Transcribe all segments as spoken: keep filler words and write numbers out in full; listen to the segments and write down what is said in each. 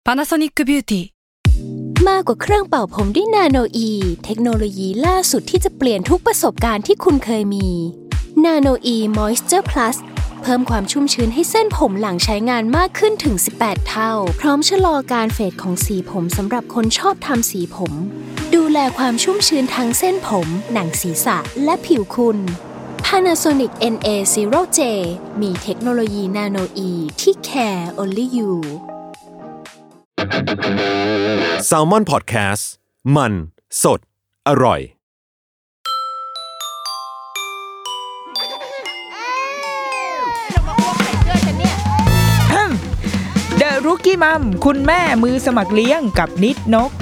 Panasonic Beauty มากกว่าเครื่องเป่าผมด้วยนาโนอีเทคโนโลยีล่าสุดที่จะเปลี่ยนทุกประสบการณ์ที่คุณเคยมีนาโนอีมอยส์เจอร์พลัสเพิ่มความชุ่มชื้นให้เส้นผมหลังใช้งานมากขึ้นถึงสิบแปดเท่าพร้อมชะลอการเฟดของสีผมสำหรับคนชอบทำสีผมดูแลความชุ่มชื้นทั้งเส้นผมหนังศีรษะและผิวคุณ Panasonic เอ็น เอ ศูนย์ เจ มีเทคโนโลยีนาโนอีที่ care only you Salmon Podcast มันสดอร่อยเดอะรุกกี้มัมคุณแม่มือสมัครเลี้ยงกับนิดนก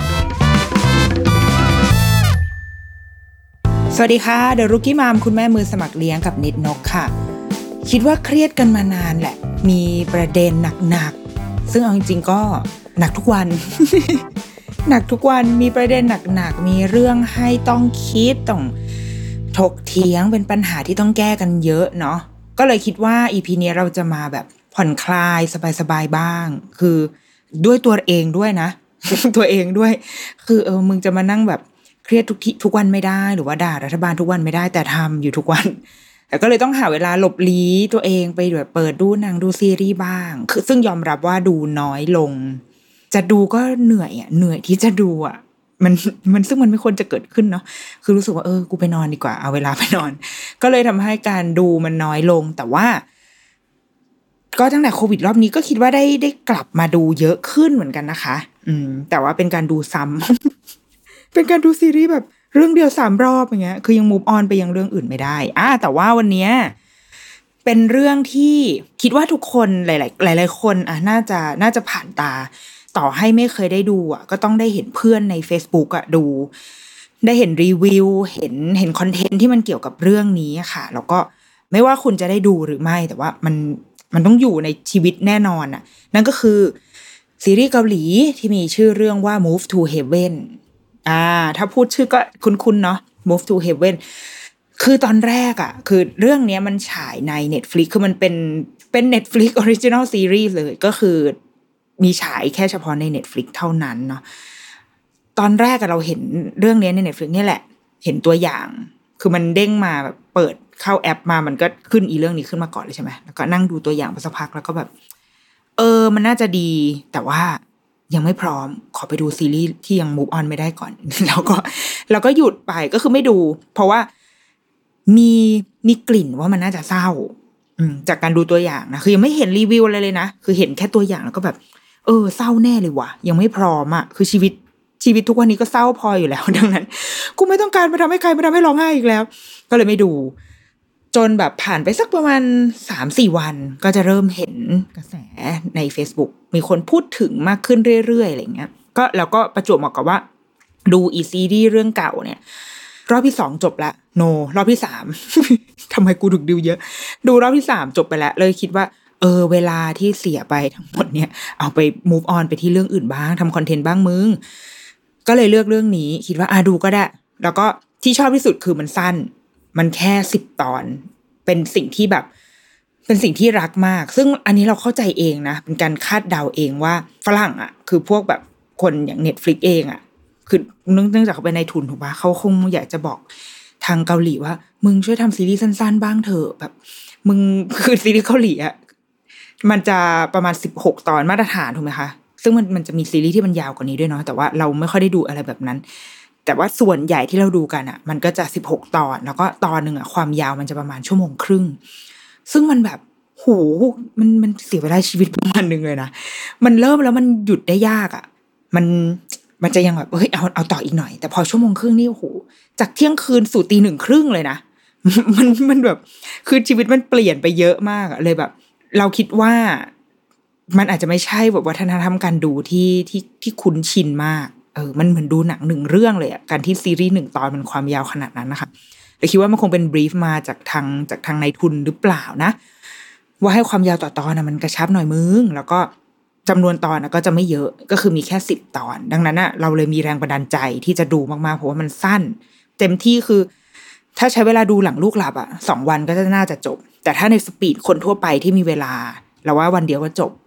สวัสดีค่ะเดอะรุกกี้มัมคุณแม่มือสมัครเลี้ยงกับนิดนกค่ะคิดว่าเครียดกันมานานแหละมีประเด็นหนักๆซึ่งเอาจริงๆก็หนักทุกวัน หนักทุกวันมีประเด็นหนักๆมีเรื่องให้ต้องคิดต้องถกเถียงเป็นปัญหาที่ต้องแก้กันเยอะเนาะก็เลยคิดว่า อี พี นี้เราจะมาแบบผ่อนคลายสบายๆบ้างคือด้วยตัวเองด้วยนะ ตัวเองด้วยคือเออมึงจะมานั่งแบบเครียดทุกทีทุกวันไม่ได้หรือว่าด่ารัฐบาลทุกวันไม่ได้แต่ทำอยู่ทุกวันแต่ก็เลยต้องหาเวลาหลบลี้ตัวเองไปแบบเปิดดูหนังดูซีรีส์บ้างคือซึ่งยอมรับว่าดูน้อยลงจะดูก็เหนื่อยอ่ะเหนื่อยที่จะดูอ่ะมันมันซึ่งมันไม่ควรจะเกิดขึ้นเนาะคือรู้สึกว่าเออกูไปนอนดีกว่าเอาเวลาไปนอนก็เลยทำให้การดูมันน้อยลงแต่ว่าก็ตั้งแต่โควิดรอบนี้ก็คิดว่าได้ได้กลับมาดูเยอะขึ้นเหมือนกันนะคะอืมแต่ว่าเป็นการดูซ้ำ เป็นการดูซีรีส์แบบเรื่องเดียวสามรอบอย่างเงี้ยคือยังมูฟออนไปยังเรื่องอื่นไม่ได้อ่าแต่ว่าวันเนี้ยเป็นเรื่องที่คิดว่าทุกคนหลายๆหลายๆคนอ่ะน่าจะน่าจะผ่านตาต่อให้ไม่เคยได้ดูอ่ะก็ต้องได้เห็นเพื่อนใน Facebook อ่ะดูได้เห็นรีวิวเห็นเห็นคอนเทนต์ที่มันเกี่ยวกับเรื่องนี้ค่ะแล้วก็ไม่ว่าคุณจะได้ดูหรือไม่แต่ว่ามันมันต้องอยู่ในชีวิตแน่นอนอ่ะนั่นก็คือซีรีส์เกาหลีที่มีชื่อเรื่องว่า Move to Heaven อ่าถ้าพูดชื่อก็คุ้นๆเนาะ Move to Heaven คือตอนแรกอ่ะคือเรื่องนี้มันฉายใน Netflix คือมันเป็นเป็น Netflix Original Series เลยก็คือมีฉายแค่เฉพาะใน Netflix เท่านั้นเนาะตอนแรกเราเห็นเรื่องนี้ใน Netflix นี่แหละเห็นตัวอย่างคือมันเด้งมาแบบเปิดเข้าแอปมามันก็ขึ้นอีเรื่องนี้ขึ้นมาก่อนเลยใช่ไหมแล้วก็นั่งดูตัวอย่างไปสักพักแล้วก็แบบเออมันน่าจะดีแต่ว่ายังไม่พร้อมขอไปดูซีรีส์ที่ยัง move on ไม่ได้ก่อน แล้วก็แล้วก็หยุดไปก็คือไม่ดูเพราะว่ามีมีกลิ่นว่ามันน่าจะเศร้าจากการดูตัวอย่างนะคือยังไม่เห็นรีวิวอะไรเลยนะคือเห็นแค่ตัวอย่างแล้วก็แบบเออเศร้าแน่เลยว่ะยังไม่พร้อมอ่ะคือชีวิตชีวิตทุกวันนี้ก็เศร้าพออยู่แล้วดังนั้นกูไม่ต้องการมาทำให้ใครมาทำให้ร้องไห้อีกแล้วก็เลยไม่ดูจนแบบผ่านไปสักประมาณ สามถึงสี่ วันก็จะเริ่มเห็นกระแสใน Facebook มีคนพูดถึงมากขึ้นเรื่อยๆอะไรเงี้ยก็แล้วก็ประจวบเหมาะกับว่าดูอีซีรีส์เรื่องเก่าเนี่ยรอบที่สองจบละโน รอบที่สาม ทำไมกูถึงดูเยอะดูรอบที่สามจบไปแล้วเลยคิดว่าเออเวลาที่เสียไปทั้งหมดเนี่ยเอาไป move on ไปที่เรื่องอื่นบ้างทำคอนเทนต์บ้างมึงก็เลยเลือกเรื่องนี้คิดว่าอ่ะดูก็ได้แล้วก็ที่ชอบที่สุดคือมันสั้นมันแค่สิบตอนเป็นสิ่งที่แบบเป็นสิ่งที่รักมากซึ่งอันนี้เราเข้าใจเองนะเป็นการคาดเดาเองว่าฝรั่งอ่ะคือพวกแบบคนอย่าง Netflix เองอ่ะคือเนื่องจากเขาเป็นนายทุนถูกป่ะเขาคงอยากจะบอกทางเกาหลีว่ามึงช่วยทำซีรีส์สั้นๆบ้างเถอะแบบมึงคือซีรีส์เกาหลีอ่ะมันจะประมาณสิบหกตอนมาตรฐานถูกไหมคะซึ่งมันมันจะมีซีรีส์ที่มันยาวกว่านี้ด้วยเนาะแต่ว่าเราไม่ค่อยได้ดูอะไรแบบนั้นแต่ว่าส่วนใหญ่ที่เราดูกันอ่ะมันก็จะสิบหกตอนแล้วก็ตอนนึงอ่ะความยาวมันจะประมาณชั่วโมงครึ่งซึ่งมันแบบโหมันมันเสียเวลาชีวิตประมาณนึงเลยนะมันเริ่มแล้วมันหยุดได้ยากอ่ะมันมันจะยังแบบเฮ้ยเอาเอาต่ออีกหน่อยแต่พอชั่วโมงครึ่งนี่โอ้โหจากเที่ยงคืนสู่ตีหนึ่งครึ่งเลยนะ มันมันแบบคือชีวิตมันเปลี่ยนไปเยอะมากอ่ะเลยแบบเราคิดว่ามันอาจจะไม่ใช่แบบวัฒนธรรมการดูที่ที่ที่คุ้นชินมากเออมันเหมือนดูหนังหนึ่งเรื่องเลยอ่ะการที่ซีรีส์หนึ่งตอนมันความยาวขนาดนั้นนะคะแต่คิดว่ามันคงเป็นบรีฟมาจากทางจากทางนายทุนหรือเปล่านะว่าให้ความยาวต่อตอนนะมันกระชับหน่อยมึงแล้วก็จำนวนตอนนะก็จะไม่เยอะก็คือมีแค่สิบตอนดังนั้นน่ะเราเลยมีแรงบันดาลใจที่จะดูมากๆเพราะว่ามันสั้นเต็มที่คือถ้าใช้เวลาดูหลังลูกหลับอ่ะสองวันก็จะน่าจะจบแต่ถ้าในสปีดคนทั่วไปที่มีเวลาเราว่าวันเดียวก็จบ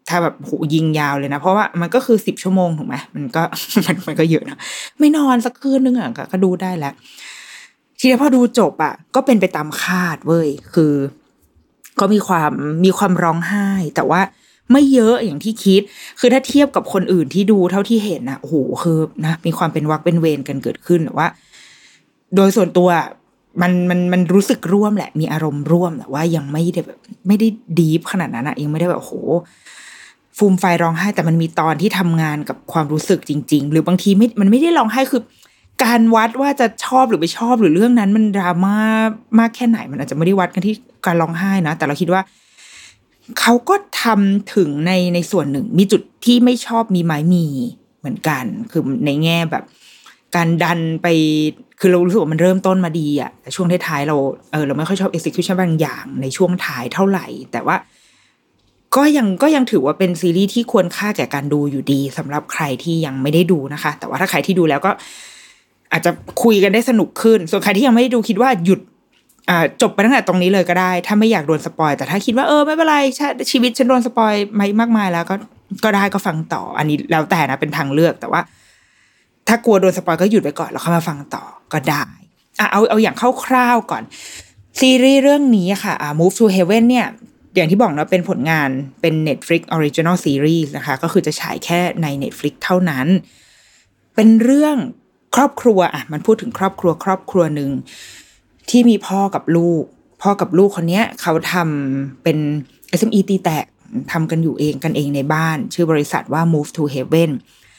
ถ้าแบบโหยิงยาวเลยนะเพราะว่ามันก็คือสิบชั่วโมงถูกไหมมันก็ มันมันก็เยอะนะไม่นอนสักคืนนึงอ่ะก็ดูได้แล้วทีนี้พอดูจบอ่ะก็เป็นไปตามคาดเว้ยคือก็มีความมีความร้องไห้แต่ว่าไม่เยอะอย่างที่คิดคือถ้าเทียบกับคนอื่นที่ดูเท่าที่เห็นนะโอ้โหคือนะมีความเป็นวักเป็นเวรกันเกิดขึ้นแต่ว่าโดยส่วนตัวมันมันมันรู้สึกร่วมแหละมีอารมณ์ร่วมแต่ว่ายังไม่ได้แบบไม่ได้ดีฟขนาดนั้นอะยังไม่ได้แบบโหฟูมไฟร้องไห้แต่มันมีตอนที่ทำงานกับความรู้สึกจริงๆหรือบางทีไม่มันไม่ได้ร้องไห้คือการวัดว่าจะชอบหรือไม่ชอบหรือเรื่องนั้นมันดราม่ามากแค่ไหนมันอาจจะไม่ได้วัดกันที่การร้องไห้นะแต่เราคิดว่าเขาก็ทำถึงในในส่วนหนึ่งมีจุดที่ไม่ชอบมีไหมมีเหมือนกันคือในแง่แบบการดันไปคือเรารู้สึกว่ามันเริ่มต้นมาดีอะแต่ช่วงท้ายๆเราเออเราไม่ค่อยชอบ execution บางอย่างในช่วงท้ายเท่าไหร่แต่ว่าก็ยังก็ยังถือว่าเป็นซีรีส์ที่ควรค่าแก่การดูอยู่ดีสำหรับใครที่ยังไม่ได้ดูนะคะแต่ว่าถ้าใครที่ดูแล้วก็อาจจะคุยกันได้สนุกขึ้นส่วนใครที่ยังไม่ได้ดูคิดว่าหยุดอ่าจบไปตั้งแต่ตรงนี้เลยก็ได้ถ้าไม่อยากโดนสปอยแต่ถ้าคิดว่าเออไม่เป็นไรชีวิตฉันโดนสปอยไม่มากมายแล้วก็ก็ได้ก็ฟังต่ออันนี้แล้วแต่นะเป็นทางเลือกแต่ว่าถ้ากลัวโดนสปอยก็หยุดไปก่อนแล้วค่อยมาฟังต่อก็ได้อ่ะเอาเอาอย่างคร่าวๆก่อนซีรีส์เรื่องนี้ค่ะอ่า Move to Heaven เนี่ยอย่างที่บอกนะเป็นผลงานเป็น Netflix Original Series นะคะก็คือจะฉายแค่ใน Netflix เท่านั้นเป็นเรื่องครอบครัวอ่ะมันพูดถึงครอบครัวครอบครัวหนึ่งที่มีพ่อกับลูกพ่อกับลูกคนนี้เขาทำเป็น เอส เอ็ม อี ตีแตกทำกันอยู่เองกันเองในบ้านชื่อบริษัทว่า Move to Heaven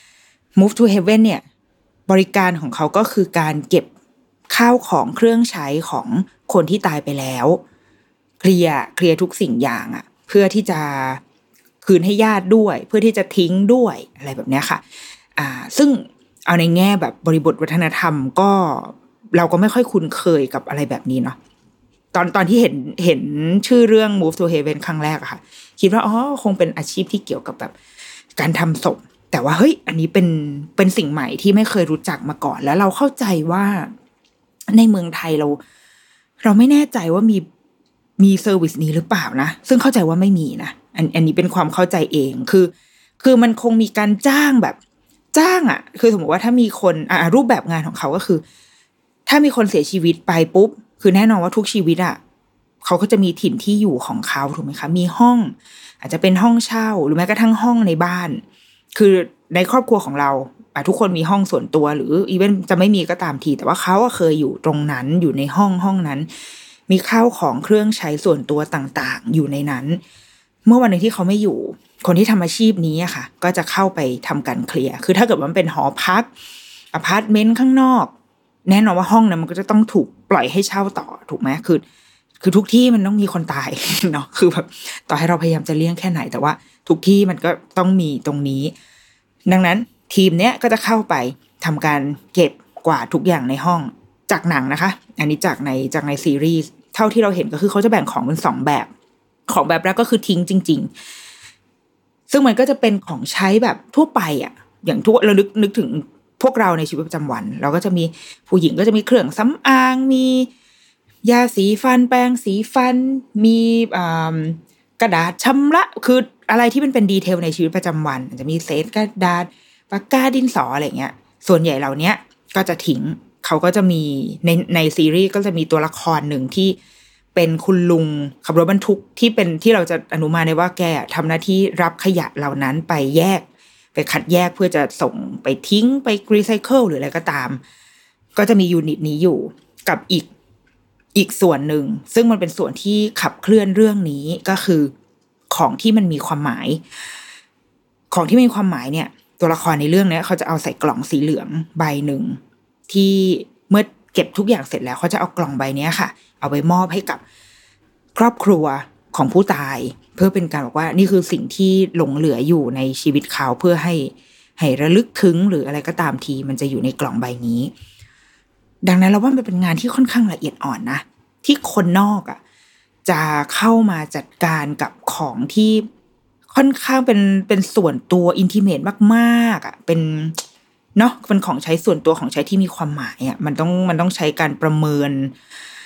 Move to Heaven เนี่ยบริการของเขาก็คือการเก็บข้าวของเครื่องใช้ของคนที่ตายไปแล้วเคลียร์เคลียร์ทุกสิ่งอย่างอ่ะเพื่อที่จะคืนให้ญาติด้วยเพื่อที่จะทิ้งด้วยอะไรแบบนี้ค่ะอ่าซึ่งเอาในแง่แบบบริบทวัฒนธรรมก็เราก็ไม่ค่อยคุ้นเคยกับอะไรแบบนี้เนาะตอนตอนที่เห็นเห็นชื่อเรื่อง Move to Heaven ครั้งแรกอะค่ะคิดว่าอ๋อคงเป็นอาชีพที่เกี่ยวกับแบบการทำศพแต่ว่าเฮ้ยอันนี้เป็นเป็นสิ่งใหม่ที่ไม่เคยรู้จักมาก่อนแล้วเราเข้าใจว่าในเมืองไทยเราเราไม่แน่ใจว่ามีมีเซอร์วิสนี้หรือเปล่านะซึ่งเข้าใจว่าไม่มีนะอันอันนี้เป็นความเข้าใจเองคือคือมันคงมีการจ้างแบบจ้างอ่ะคือสมมติว่าถ้ามีคนอ่ะรูปแบบงานของเขาก็คือถ้ามีคนเสียชีวิตไปปุ๊บคือแน่นอนว่าทุกชีวิตอ่ะเขาก็จะมีถิ่นที่อยู่ของเขาถูกไหมคะมีห้องอาจจะเป็นห้องเช่าหรือแม้กระทั่งห้องในบ้านคือในครอบครัวของเราทุกคนมีห้องส่วนตัวหรืออีเวนต์จะไม่มีก็ตามทีแต่ว่าเขาเคยอยู่ตรงนั้นอยู่ในห้องห้องนั้นมีข้าวของเครื่องใช้ส่วนตัวต่างๆอยู่ในนั้นเมื่อวันหนึ่งที่เขาไม่อยู่คนที่ทำอาชีพนี้อะค่ะก็จะเข้าไปทำการเคลียร์คือถ้าเกิดว่ามันเป็นหอพักอพาร์ตเมนต์ข้างนอกแน่นอนว่าห้องนั้นมันก็จะต้องถูกปล่อยให้เช่าต่อถูกไหมคือคือทุกที่มันต้องมีคนตายเนาะคือแบบต่อให้เราพยายามจะเลี่ยงแค่ไหนแต่ว่าทุกที่มันก็ต้องมีตรงนี้ดังนั้นทีมเนี้ยก็จะเข้าไปทำการเก็บกวาดทุกอย่างในห้องจากหนังนะคะอันนี้จากในจากในซีรีส์เท่าที่เราเห็นก็คือเขาจะแบ่งของเป็นสองแบบของแบบแรกก็คือทิ้งจริงๆซึ่งมันก็จะเป็นของใช้แบบทั่วไปอ่ะอย่างทุกเรานึกนึกถึงพวกเราในชีวิตประจำวันเราก็จะมีผู้หญิงก็จะมีเครื่องสำอางมียาสีฟันแปรงสีฟันมีกระดาษชำระคืออะไรที่มันเป็นดีเทลในชีวิตประจำวันจะมีเศษกระดาษปากกาดินสออะไรเงี้ยส่วนใหญ่เหล่านี้ก็จะทิ้งเขาก็จะมีในในซีรีส์ก็จะมีตัวละครหนึ่งที่เป็นคุณลุงขับรถบรรทุกที่เป็นที่เราจะอนุมานได้ว่าแกทำหน้าที่รับขยะเหล่านั้นไปแยกไปคัดแยกเพื่อจะส่งไปทิ้งไปรีไซเคิลหรืออะไรก็ตามก็จะมียูนิตนี้อยู่กับอีกอีกส่วนหนึ่งซึ่งมันเป็นส่วนที่ขับเคลื่อนเรื่องนี้ก็คือของที่มันมีความหมายของที่มีความหมายเนี่ยตัวละครในเรื่องนี้เขาจะเอาใส่กล่องสีเหลืองใบหนึ่งที่เมื่อเก็บทุกอย่างเสร็จแล้วเขาจะเอากล่องใบนี้ค่ะเอาไปมอบให้กับครอบครัวของผู้ตายเพื่อเป็นการบอกว่านี่คือสิ่งที่หลงเหลืออยู่ในชีวิตเขาเพื่อให้ให้ระลึกถึงหรืออะไรก็ตามทีมันจะอยู่ในกล่องใบนี้ดังนั้นเราว่ามันเป็นงานที่ค่อนข้างละเอียดอ่อนนะที่คนนอกอ่ะจะเข้ามาจัดการกับของที่ค่อนข้างเป็นเป็นส่วนตัวอินทิเมทมากๆอ่ะเป็นเนาะเป็นของใช้ส่วนตัวของใช้ที่มีความหมายอ่ะมันต้องมันต้องใช้การประเมิน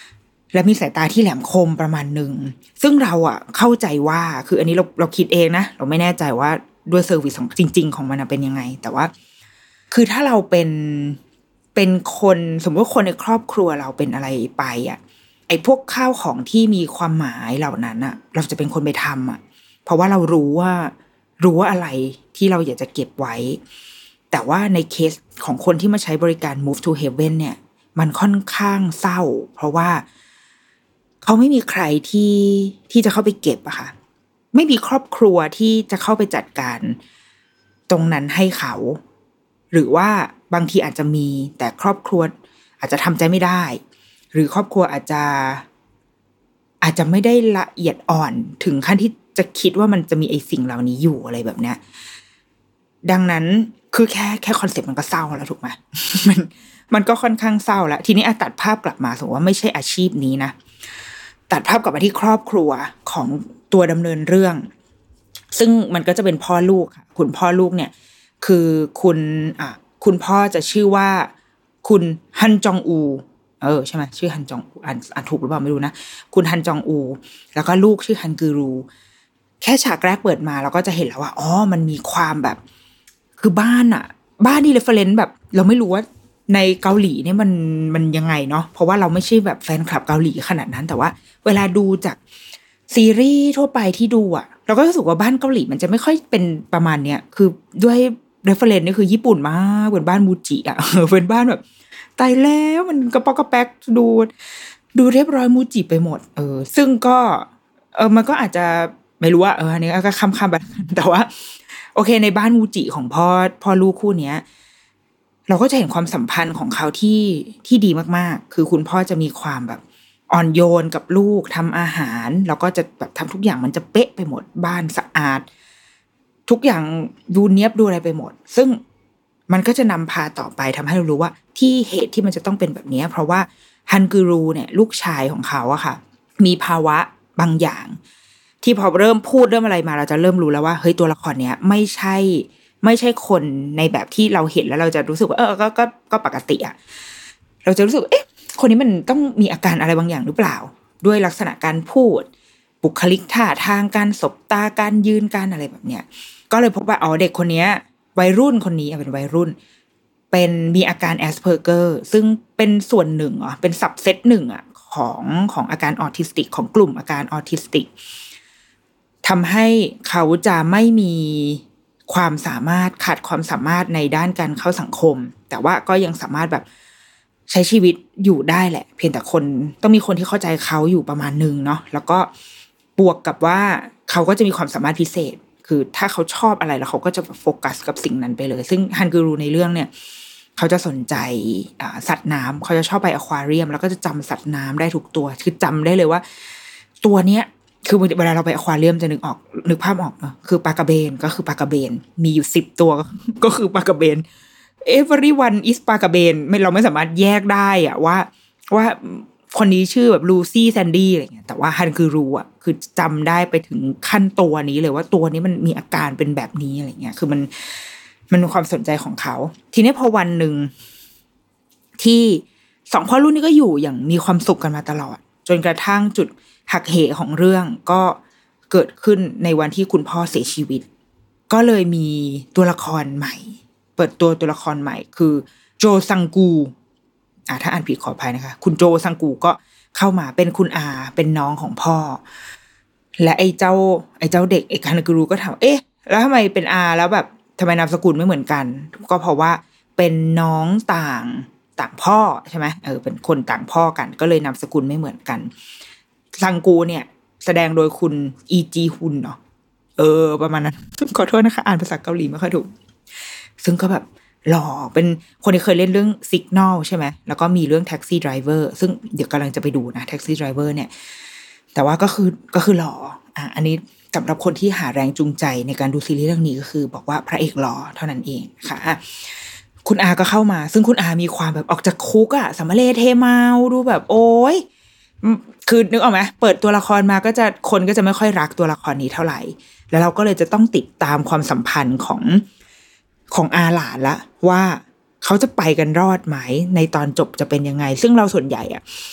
และมีสายตาที่แหลมคมประมาณหนึ่งซึ่งเราอ่ะเข้าใจว่าคืออันนี้เราเราคิดเองนะเราไม่แน่ใจว่าด้วยเซอร์วิสจริงๆของมันเป็นยังไงแต่ว่าคือถ้าเราเป็นเป็นคนสมมติว่าคนในครอบครัวเราเป็นอะไรไปอ่ะไอ้พวกข้าวของที่มีความหมายเหล่านั้นอ่ะเราจะเป็นคนไปทำอ่ะเพราะว่าเรารู้ว่ารู้ว่าอะไรที่เราอยากจะเก็บไว้แต่ว่าในเคสของคนที่มาใช้บริการ Move to Heaven เนี่ยมันค่อนข้างเศร้าเพราะว่าเขาไม่มีใครที่ที่จะเข้าไปเก็บอะค่ะไม่มีครอบครัวที่จะเข้าไปจัดการตรงนั้นให้เขาหรือว่าบางทีอาจจะมีแต่ครอบครัวอาจจะทำใจไม่ได้หรือครอบครัวอาจจะอาจจะไม่ได้ละเอียดอ่อนถึงขั้นที่จะคิดว่ามันจะมีไอ้สิ่งเหล่านี้อยู่อะไรแบบเนี้ยดังนั้นคือแค่แค่คอนเซ็ปต์มันก็เศร้าแล้วถูกไหม มันมันก็ค่อนข้างเศร้าแล้วทีนี้ตัดภาพกลับมาสมมติว่าไม่ใช่อาชีพนี้นะตัดภาพกลับมาที่ครอบครัวของตัวดำเนินเรื่องซึ่งมันก็จะเป็นพ่อลูกค่ะคุณพ่อลูกเนี่ยคือคุณอ่ะคุณพ่อจะชื่อว่าคุณฮันจองอูเออใช่ไหมชื่อฮันจองอูอ่านอ่านถูกหรือเปล่าไม่รู้นะคุณฮันจองอูแล้วก็ลูกชื่อฮันกือรูแค่ฉากแรกเปิดมาเราก็จะเห็นแล้วว่าอ๋อมันมีความแบบคือบ้านอ่ะบ้านนี่เรฟเฟอเรนซ์แบบเราไม่รู้ว่าในเกาหลีเนี่ยมันมันยังไงเนาะเพราะว่าเราไม่ใช่แบบแฟนคลับเกาหลีขนาดนั้นแต่ว่าเวลาดูจากซีรีส์ทั่วไปที่ดูอ่ะเราก็รู้สึกว่าบ้านเกาหลีมันจะไม่ค่อยเป็นประมาณเนี้ยคือด้วยเรฟเฟอเรนซ์นี่คือญี่ปุ่นมากเหมือนบ้านมูจิอ่ะเป็นบ้านแบบตายแล้วมันกระป๋อกระแป๊กดูดูเรียบร้อยมูจิไปหมดเออซึ่งก็เออมันก็อาจจะไม่รู้ว่าเอออันนี้ก็ค้ำๆแบบแต่ว่าโอเคในบ้านมูจิของพ่อพ่อลูกคู่เนี้ยเราก็จะเห็นความสัมพันธ์ของเขาที่ที่ดีมากๆคือคุณพ่อจะมีความแบบอ่อนโยนกับลูกทำอาหารแล้วก็จะแบบทำทุกอย่างมันจะเป๊ะไปหมดบ้านสะอาดทุกอย่างดูเนียบดูอะไรไปหมดซึ่งมันก็จะนำพาต่อไปทำให้เรารู้ว่าที่เหตุที่มันจะต้องเป็นแบบนี้เพราะว่าฮันกูรูเนี่ยลูกชายของเขาอะค่ะมีภาวะบางอย่างที่พอเริ่มพูดเริ่มอะไรมาเราจะเริ่มรู้แล้วว่าเฮ้ยตัวละครเนี้ยไม่ใช่ไม่ใช่คนในแบบที่เราเห็นแล้วเราจะรู้สึกว่าเออก็ก็ก็ปกติอะเราจะรู้สึกเอ๊ะคนนี้มันต้องมีอาการอะไรบางอย่างหรือเปล่าด้วยลักษณะการพูดบุคลิกท่าทางการสบตาการยืนการอะไรแบบเนี้ยก็เลยพบว่าอ๋อเด็กคนนี้วัยรุ่นคนนี้เป็นวัยรุ่นเป็นมีอาการแอสเพอร์เกอร์ซึ่งเป็นส่วนหนึ่งอ่ะเป็นซับเซตหนึ่งอ่ะของของอาการออทิสติกของกลุ่มอาการออทิสติกทำให้เขาจะไม่มีความสามารถขาดความสามารถในด้านการเข้าสังคมแต่ว่าก็ยังสามารถแบบใช้ชีวิตอยู่ได้แหละเพียงแต่คนต้องมีคนที่เข้าใจเขาอยู่ประมาณนึงเนาะแล้วก็บวกกับว่าเขาก็จะมีความสามารถพิเศษคือถ้าเขาชอบอะไรแล้วเขาก็จะโฟกัสกับสิ่งนั้นไปเลยซึ่งฮันกูรูในเรื่องเนี่ยเขาจะสนใจสัตว์น้ำเขาจะชอบไปอควาเรียมแล้วก็จะจำสัตว์น้ำได้ทุกตัวคือจำได้เลยว่าตัวเนี้ยคือเวลาเราไปอควาเรียมจะนึกออกนึกภาพออกเนาะคือปลากระเบนก็คือปลากระเบนมีอยู่สิบตัวก็คือปลากระเบน everyone is ปลากระเบนไม่เราไม่สามารถแยกได้อะว่าว่าคนนี้ชื่อแบบลูซี่แซนดี้อะไรเงี้ยแต่ว่าฮันคือรู้อ่ะคือจำได้ไปถึงขั้นตัวนี้เลยว่าตัวนี้มันมีอาการเป็นแบบนี้อะไรเงี้ยคือมันมันมีความสนใจของเขาทีนี้พอวันหนึ่งที่สองพ่อลูกนี้ก็อยู่อย่างมีความสุขกันมาตลอดจนกระทั่งจุดหักเหของเรื่องก็เกิดขึ้นในวันที่คุณพ่อเสียชีวิตก็เลยมีตัวละครใหม่เปิดตัวตัวละครใหม่คือโจซังกูอ่าถ้าอ่านผิดขออภัยนะคะคุณโจซังกูก็เข้ามาเป็นคุณอาเป็นน้องของพ่อและไอ้เจ้าไอ้เจ้าเด็กไอ้ฮันกูรูก็ถามเอ๊ะแล้วทำไมเป็นอาแล้วแบบทำไมนามสกุลไม่เหมือนกันก็เพราะว่าเป็นน้องต่างต่างพ่อใช่ไหมเออเป็นคนต่างพ่อกันก็เลยนามสกุลไม่เหมือนกันซังกูเนี่ยแสดงโดยคุณอีจีฮุนเนาะเออประมาณนั้นขอโทษนะคะอ่านภาษาเกาหลีไม่ค่อยถูกซึ่งก็แบบหล่อเป็นคนที่เคยเล่นเรื่อง Signal ใช่ไหมแล้วก็มีเรื่อง Taxi Driver ซึ่งเดี๋ยวกำลังจะไปดูนะ Taxi Driver เนี่ยแต่ว่าก็คือก็คือหล่ออ่ะอันนี้สำหรับคนที่หาแรงจูงใจในการดูซีรีส์เรื่องนี้ก็คือบอกว่าพระเอกหล่อเท่านั้นเองค่ะคุณอาก็เข้ามาซึ่งคุณอามีความแบบออกจากคุกอะสำเร็จเทเมาดูแบบโอ๊ยคือนึกออกไหมเปิดตัวละครมาก็จะคนก็จะไม่ค่อยรักตัวละครนี้เท่าไหร่แล้วเราก็เลยจะต้องติดตามความสัมพันธ์ของของอาหลานละว่าเขาจะไปกันรอดไหมในตอนจบจะเป็นยังไงซึ่งเราส่วนใหญ่อะ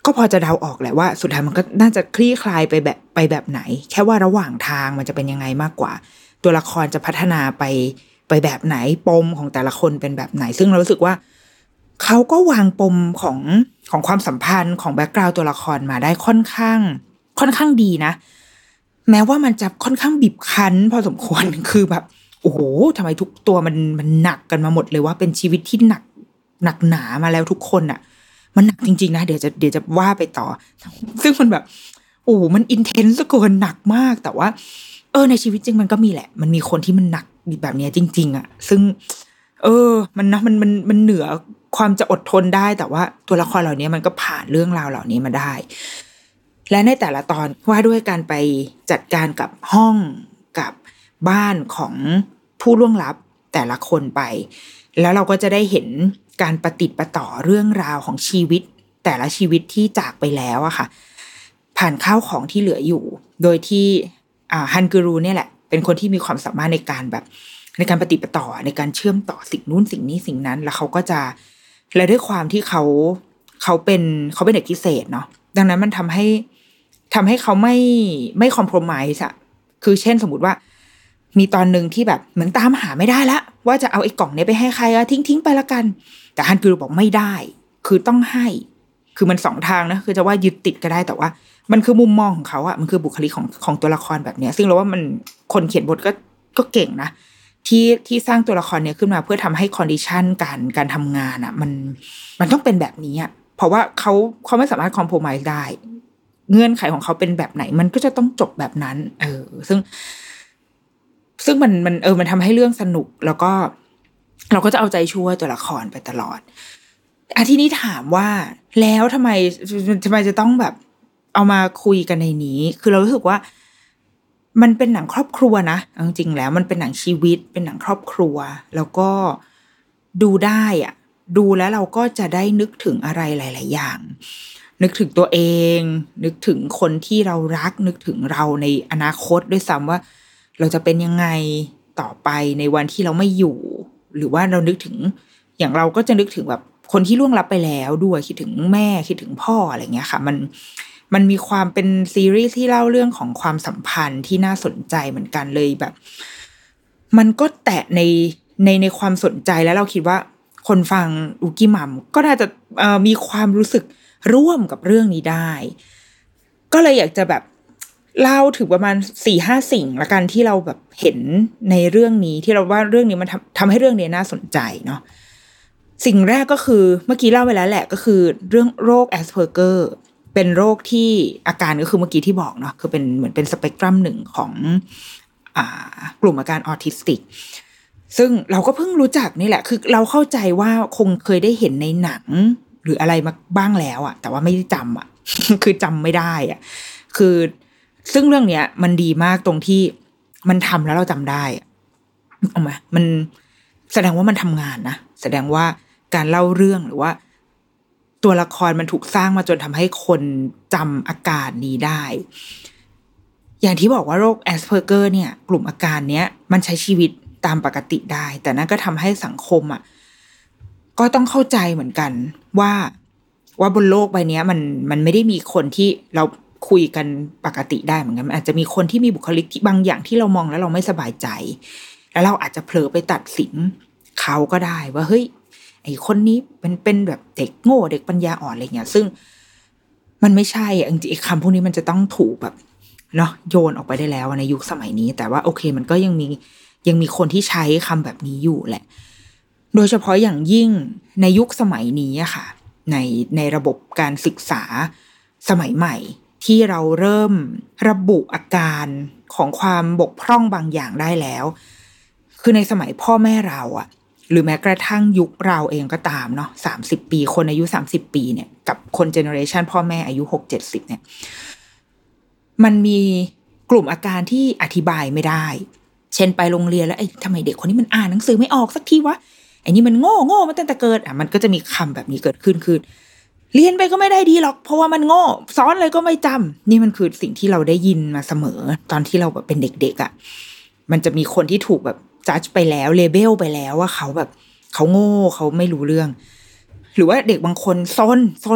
ก็พอจะเดาออกแหละว่าสุดท้ายมันก็น่าจะคลี่คลายไปแบบไปแบบไหนแค่ว่าระหว่างทางมันจะเป็นยังไงมากกว่าตัวละครจะพัฒนาไปไปแบบไหนปมของแต่ละคนเป็นแบบไหนซึ่งเรารู้สึกว่าเขาก็วางปมของของความสัมพันธ์ของแบ็คกราวด์ตัวละครมาได้ค่อนข้างค่อนข้างดีนะแม้ว่ามันจะค่อนข้างบีบคั้นพอสมควรคือแบบโอ้โหทำไมทุกตัวมันมันหนักกันมาหมดเลยว่าเป็นชีวิตที่หนักหนักหนามาแล้วทุกคนอ่ะมันหนักจริงๆนะเดี๋ยวจะเดี๋ยวจะว่าไปต่อซึ่งมันแบบโอ้มันอินเทนส์เกินหนักมากแต่ว่าเออในชีวิตจริงมันก็มีแหละมันมีคนที่มันหนักแบบนี้จริงๆอ่ะซึ่งเออมันนะมันมันมันเหนือความจะอดทนได้แต่ว่าตัวละครเหล่านี้มันก็ผ่านเรื่องราวเหล่านี้มาได้และในแต่ละตอนว่าด้วยการไปจัดการกับห้องกับบ้านของผู้ล่วงลับแต่ละคนไปแล้วเราก็จะได้เห็นการประติดประต่อเรื่องราวของชีวิตแต่ละชีวิตที่จากไปแล้วอะค่ะผ่านข้าวของที่เหลืออยู่โดยที่อ่าฮันกูรูเนี่ยแหละเป็นคนที่มีความสามารถในการแบบในการประติดประต่อในการเชื่อมต่อสิ่งนู้นสิ่งนี้สิ่งนั้นแล้วเขาก็จะและด้วยความที่เขาเขาเป็นเขาเป็นเด็กพิเศษเนาะดังนั้นมันทำให้ทำให้เขาไม่ไม่คอมโพรไมซ์อะคือเช่นสมมติว่ามีตอนนึงที่แบบเหมือนตามหาไม่ได้ละว่าจะเอาไอ้กล่องนี้ไปให้ใครอะทิ้งทิ้งไปละกันแต่ฮันกูรูบอกไม่ได้คือต้องให้คือมันสองทางนะคือจะว่ายึดติดก็ได้แต่ว่ามันคือมุมมองของเขาอะมันคือบุคลิกของของตัวละครแบบนี้ซึ่งเราว่ามันคนเขียนบทก็ก็เก่งนะที่ที่สร้างตัวละครเนี้ยขึ้นมาเพื่อทำให้คอนดิชันการการทำงานอะมันมันต้องเป็นแบบนี้อะเพราะว่าเขาเขาไม่สามารถคอมโพรไมซ์ได้เงื่อนไขของเขาเป็นแบบไหนมันก็จะต้องจบแบบนั้นเออซึ่งซึ่งมันมันเออมันทำให้เรื่องสนุกแล้วก็เราก็จะเอาใจช่วยตัวละครไปตลอดอ่ะทีนี้ถามว่าแล้วทำไมทำไมจะต้องแบบเอามาคุยกันในนี้คือเรารู้สึกว่ามันเป็นหนังครอบครัวนะจริงๆแล้วมันเป็นหนังชีวิตเป็นหนังครอบครัวแล้วก็ดูได้อ่ะดูแล้วเราก็จะได้นึกถึงอะไรหลายๆอย่างนึกถึงตัวเองนึกถึงคนที่เรารักนึกถึงเราในอนาคตด้วยซ้ำว่าเราจะเป็นยังไงต่อไปในวันที่เราไม่อยู่หรือว่าเรานึกถึงอย่างเราก็จะนึกถึงแบบคนที่ล่วงลับไปแล้วด้วยคิดถึงแม่คิดถึงพ่ออะไรเงี้ยค่ะมันมันมีความเป็นซีรีส์ที่เล่าเรื่องของความสัมพันธ์ที่น่าสนใจเหมือนกันเลยแบบมันก็แตะในในในความสนใจแล้วเราคิดว่าคนฟังลูกี้มัมก็น่าจะเอ่อมีความรู้สึกร่วมกับเรื่องนี้ได้ก็เลยอยากจะแบบเล่าถึงประมาณ สี่ห้า สิ่งละกันที่เราแบบเห็นในเรื่องนี้ที่เราว่าเรื่องนี้มันทำทำให้เรื่องนี้น่าสนใจเนาะสิ่งแรกก็คือเมื่อกี้เล่าไปแล้วแหละก็คือเรื่องโรคแอสเพอร์เกอร์เป็นโรคที่อาการก็คือเมื่อกี้ที่บอกเนาะคือเป็นเหมือนเป็นสเปกตรัมหนึ่งของอ่ากลุ่มอาการออทิสติกซึ่งเราก็เพิ่งรู้จักนี่แหละคือเราเข้าใจว่าคงเคยได้เห็นในหนังหรืออะไรมาบ้างแล้วอะแต่ว่าไม่ได้จำอะ คือจำไม่ได้อะคือซึ่งเรื่องเนี้ยมันดีมากตรงที่มันทำแล้วเราจำได้เอาไหมมันแสดงว่ามันทำงานนะแสดงว่าการเล่าเรื่องหรือว่าตัวละครมันถูกสร้างมาจนทำให้คนจำอาการนี้ได้อย่างที่บอกว่าโรคแอสเพอร์เกอร์เนี่ยกลุ่มอาการเนี้ยมันใช้ชีวิตตามปกติได้แต่นั่นก็ทำให้สังคมอ่ะก็ต้องเข้าใจเหมือนกันว่าว่าบนโลกใบนี้มันมันไม่ได้มีคนที่เราคุยกันปกติได้เหมือนกันอาจจะมีคนที่มีบุคลิกที่บางอย่างที่เรามองแล้วเราไม่สบายใจแล้วเราอาจจะเผลอไปตัดสินเขาก็ได้ว่าเฮ้ยไอ้คนนี้เป็นเป็นแบบเด็กโง่เด็กปัญญาอ่อนอะไรเงี้ยซึ่งมันไม่ใช่จริงๆคำพวกนี้มันจะต้องถูกแบบเนาะโยนออกไปได้แล้วในยุคสมัยนี้แต่ว่าโอเคมันก็ยังมียังมีคนที่ใช้คำแบบนี้อยู่แหละโดยเฉพาะอย่างยิ่งในยุคสมัยนี้อะค่ะในในระบบการศึกษาสมัยใหม่ที่เราเริ่มระบุอาการของความบกพร่องบางอย่างได้แล้วคือในสมัยพ่อแม่เราอะหรือแม้กระทั่งยุคเราเองก็ตามเนาะสามสิบปีคนอายุสามสิบปีเนี่ยกับคนเจเนอเรชันพ่อแม่อายุหก เจ็ดสิบเนี่ยมันมีกลุ่มอาการที่อธิบายไม่ได้เช่นไปโรงเรียนแล้วไอ้ทำไมเด็กคนนี้มันอ่านหนังสือไม่ออกสักทีวะไอ้นี่มันโง่โง่มาตั้งแต่เกิดอ่ะมันก็จะมีคำแบบนี้เกิดขึ้นคือเรียนไปก็ไม่ได้ดีหรอกเพราะว่ามันโง่สอนอะไรก็ไม่จำนี่มันคือสิ่งที่เราได้ยินมาเสมอตอนที่เราแบบเป็นเด็กๆอ่ะมันจะมีคนที่ถูกแบบจัดไปแล้วเลเบลไปแล้วว่าเขาแบบเขาโง่เขาไม่รู้เรื่องหรือว่าเด็กบางคนซนซนแบบ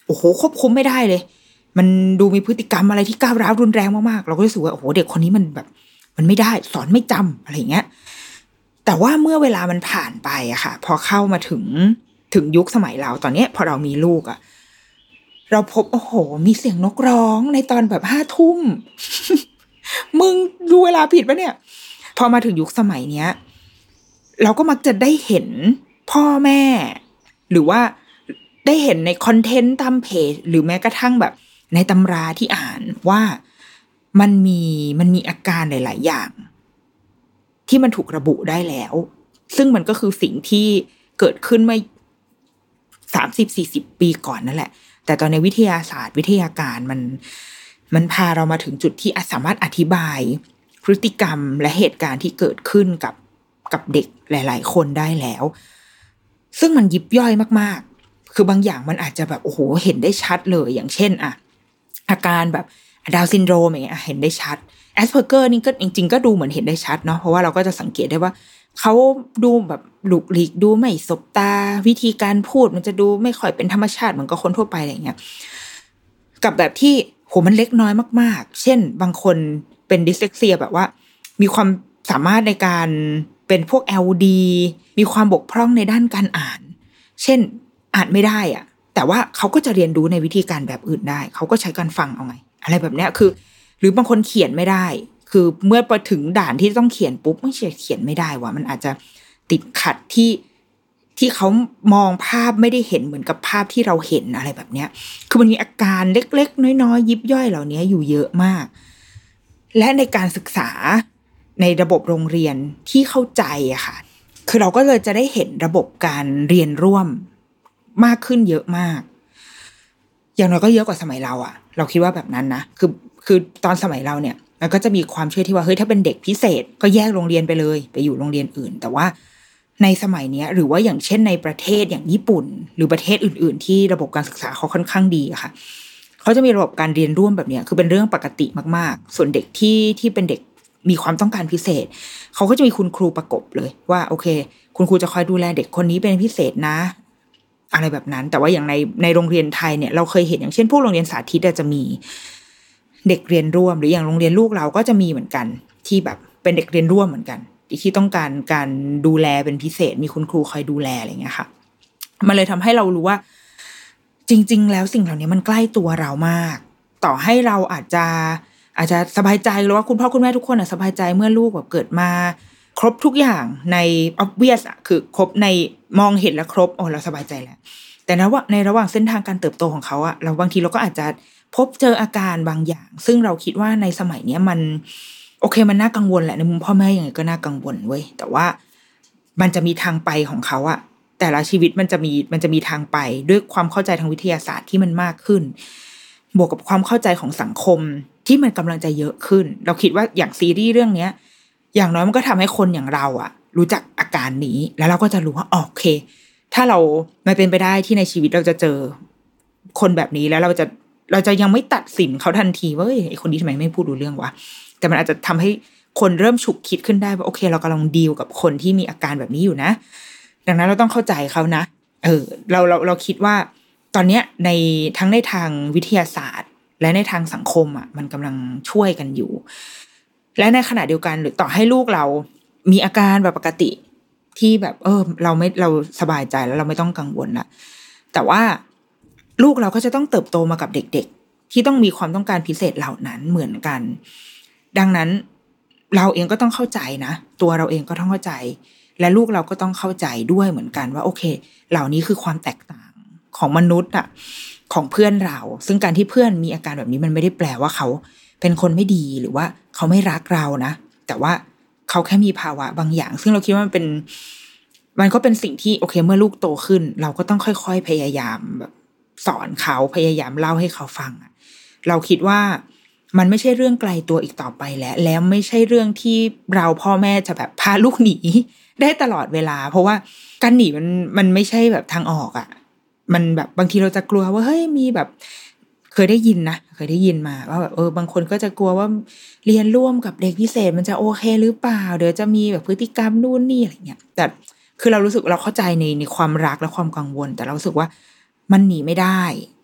โอ้โหควบคุมไม่ได้เลยมันดูมีพฤติกรรมอะไรที่ก้าวร้าวรุนแรงมากๆเราก็รู้สึกว่าโอ้โหเด็กคนนี้มันแบบมันไม่ได้สอนไม่จำอะไรอย่างเงี้ยแต่ว่าเมื่อเวลามันผ่านไปอะค่ะพอเข้ามาถึงถึงยุคสมัยเราตอนนี้พอเรามีลูกอะเราพบโอ้โหมีเสียงนกร้องในตอนแบบห้าทุ่ม มึงดูเวลาผิดปะเนี่ยพอมาถึงยุคสมัยเนี้ยเราก็มักจะได้เห็นพ่อแม่หรือว่าได้เห็นในคอนเทนต์ตามเพจหรือแม้กระทั่งแบบในตำราที่อ่านว่ามันมีมันมีอาการหลายๆอย่างที่มันถูกระบุได้แล้วซึ่งมันก็คือสิ่งที่เกิดขึ้นมาสามสิบสี่สิบปีก่อนนั่นแหละแต่ตอนในวิทยาศาสตร์วิทยาการมันมันพาเรามาถึงจุดที่สามารถอธิบายพฤติกรรมและเหตุการณ์ที่เกิดขึ้นกับกับเด็กหลายๆคนได้แล้วซึ่งมันยิบย่อยมากๆคือบางอย่างมันอาจจะแบบโอ้โหเห็นได้ชัดเลยอย่างเช่นอะอาการแบบดาวน์ซินโดรมอย่างเงี้ยเห็นได้ชัดแอสเพอร์เกอร์นี่ก็จริงๆก็ดูเหมือนเห็นได้ชัดเนาะเพราะว่าเราก็จะสังเกตได้ว่าเขาดูแบบหลุกหลีกดูไม่สบตาวิธีการพูดมันจะดูไม่ค่อยเป็นธรรมชาติเหมือนกับคนทั่วไปอะไรเงี้ยกับแบบที่โหมันเล็กน้อยมากๆเช่นบางคนเป็นดิสเลกเซียแบบว่ามีความสามารถในการเป็นพวก แอล ดี มีความบกพร่องในด้านการอ่านเช่นอ่านไม่ได้อะแต่ว่าเขาก็จะเรียนรู้ในวิธีการแบบอื่นได้เขาก็ใช้การฟังเอาไงอะไรแบบเนี้ยคือหรือบางคนเขียนไม่ได้คือเมื่อไปถึงด่านที่ต้องเขียนปุ๊บไม่ใช่เขียนไม่ได้ว่ะมันอาจจะติดขัดที่ที่เขามองภาพไม่ได้เห็นเหมือนกับภาพที่เราเห็นอะไรแบบเนี้ยคือมันมีอาการเล็กๆน้อยๆยิบย่อยเหล่านี้อยู่เยอะมากและในการศึกษาในระบบโรงเรียนที่เข้าใจอะค่ะคือเราก็เลยจะได้เห็นระบบการเรียนร่วมมากขึ้นเยอะมากอย่างน้อยก็เยอะกว่าสมัยเราอะเราคิดว่าแบบนั้นนะคือคือตอนสมัยเราเนี่ยมันก็จะมีความเชื่อที่ว่าเฮ้ยถ้าเป็นเด็กพิเศษก็แยกโรงเรียนไปเลยไปอยู่โรงเรียนอื่นแต่ว่าในสมัยนี้หรือว่าอย่างเช่นในประเทศอย่างญี่ปุ่นหรือประเทศอื่นๆที่ระบบการศึกษาเขาค่อนข้างดีอะค่ะเขาจะมีระบบการเรียนร่วมแบบนี้คือเป็นเรื่องปกติมากๆส่วนเด็กที่ที่เป็นเด็กมีความต้องการพิเศษเขาก็จะมีคุณครูประกบเลยว่าโอเคคุณครูจะคอยดูแลเด็กคนนี้เป็นพิเศษนะอะไรแบบนั้นแต่ว่าอย่างในในโรงเรียนไทยเนี่ยเราเคยเห็นอย่างเช่นพวกโรงเรียนสาธิตจะมีเด็กเรียนร่วมหรืออย่างโรงเรียนลูกเราก็จะมีเหมือนกันที่แบบเป็นเด็กเรียนร่วมเหมือนกันที่ต้องการการดูแลเป็นพิเศษมีคุณครูคอยดูแลอะไรเงี้ยค่ะมันเลยทำให้เรารู้ว่าจริงๆแล้วสิ่งเหล่านี้มันใกล้ตัวเรามากต่อให้เราอาจจะอาจจะสบายใจหรือว่าคุณพ่อคุณแม่ทุกคนอ่ะสบายใจเมื่อลูกแบบเกิดมาครบทุกอย่างใน obvious อ่ะคือครบในมองเห็นแล้วครบโอ้เราสบายใจแล้วแต่นะว่าในระหว่างเส้นทางการเติบโตของเขาอ่ะเราบางทีเราก็อาจจะพบเจออาการบางอย่างซึ่งเราคิดว่าในสมัยเนี้ยมันโอเคมันน่ากังวลแหละในมุมพ่อแม่ยังไงก็น่ากังวลเว้ยแต่ว่ามันจะมีทางไปของเขาอะแต่ละชีวิตมันจะมีมันจะมีทางไปด้วยความเข้าใจทางวิทยาศาสตร์ที่มันมากขึ้นบวกกับความเข้าใจของสังคมที่มันกำลังจะเยอะขึ้นเราคิดว่าอย่างซีรีส์เรื่องเนี้ยอย่างน้อยมันก็ทำให้คนอย่างเราอะรู้จักอาการนี้แล้วเราก็จะรู้ว่าโอเคถ้าเราไม่เป็นไปได้ที่ในชีวิตเราจะเจอคนแบบนี้แล้วเราจะเราจะยังไม่ตัดสินเขาทันทีว่าไอ้คนนี้ทำไมไม่พูดรู้เรื่องวะแต่มันอาจจะทำให้คนเริ่มฉุกคิดขึ้นได้ว่าโอเคเรากำลังดีลกับคนที่มีอาการแบบนี้อยู่นะดังนั้นเราต้องเข้าใจเขานะเออเราเราเราคิดว่าตอนเนี้ยในทั้งในทางวิทยาศาสตร์และในทางสังคมอ่ะมันกำลังช่วยกันอยู่และในขณะเดียวกันหรือต่อให้ลูกเรามีอาการแบบปกติที่แบบเออเราไม่เราสบายใจแล้วเราไม่ต้องกังวลละแต่ว่าลูกเราก็จะต้องเติบโตมากับเด็กๆที่ต้องมีความต้องการพิเศษเหล่านั้นเหมือนกันดังนั้นเราเองก็ต้องเข้าใจนะตัวเราเองก็ต้องเข้าใจและลูกเราก็ต้องเข้าใจด้วยเหมือนกันว่าโอเคเหล่านี้คือความแตกต่างของมนุษย์อ่ะของเพื่อนเราซึ่งการที่เพื่อนมีอาการแบบนี้มันไม่ได้แปลว่าเขาเป็นคนไม่ดีหรือว่าเขาไม่รักเรานะแต่ว่าเขาแค่มีภาวะบางอย่างซึ่งเราคิดว่ามันเป็นมันก็เป็นสิ่งที่โอเคเมื่อลูกโตขึ้นเราก็ต้องค่อยๆพยายามแบบสอนเขาพยายามเล่าให้เขาฟังอ่ะเราคิดว่ามันไม่ใช่เรื่องไกลตัวอีกต่อไปแล้วแล้วไม่ใช่เรื่องที่เราพ่อแม่จะแบบพาลูกหนีได้ตลอดเวลาเพราะว่าการหนีมันมันไม่ใช่แบบทางออกอ่ะมันแบบบางทีเราจะกลัวว่าเฮ้ยมีแบบเคยได้ยินนะเคยได้ยินมาว่าแบบเออบางคนก็จะกลัวว่าเรียนร่วมกับเด็กพิเศษมันจะโอเคหรือเปล่าเดี๋ยวจะมีแบบพฤติกรรมนู่นนี่อะไรเงี้ยแต่คือเรารู้สึกเราเข้าใจในในความรักและความกังวลแต่เรารู้สึกว่ามันหนีไม่ได้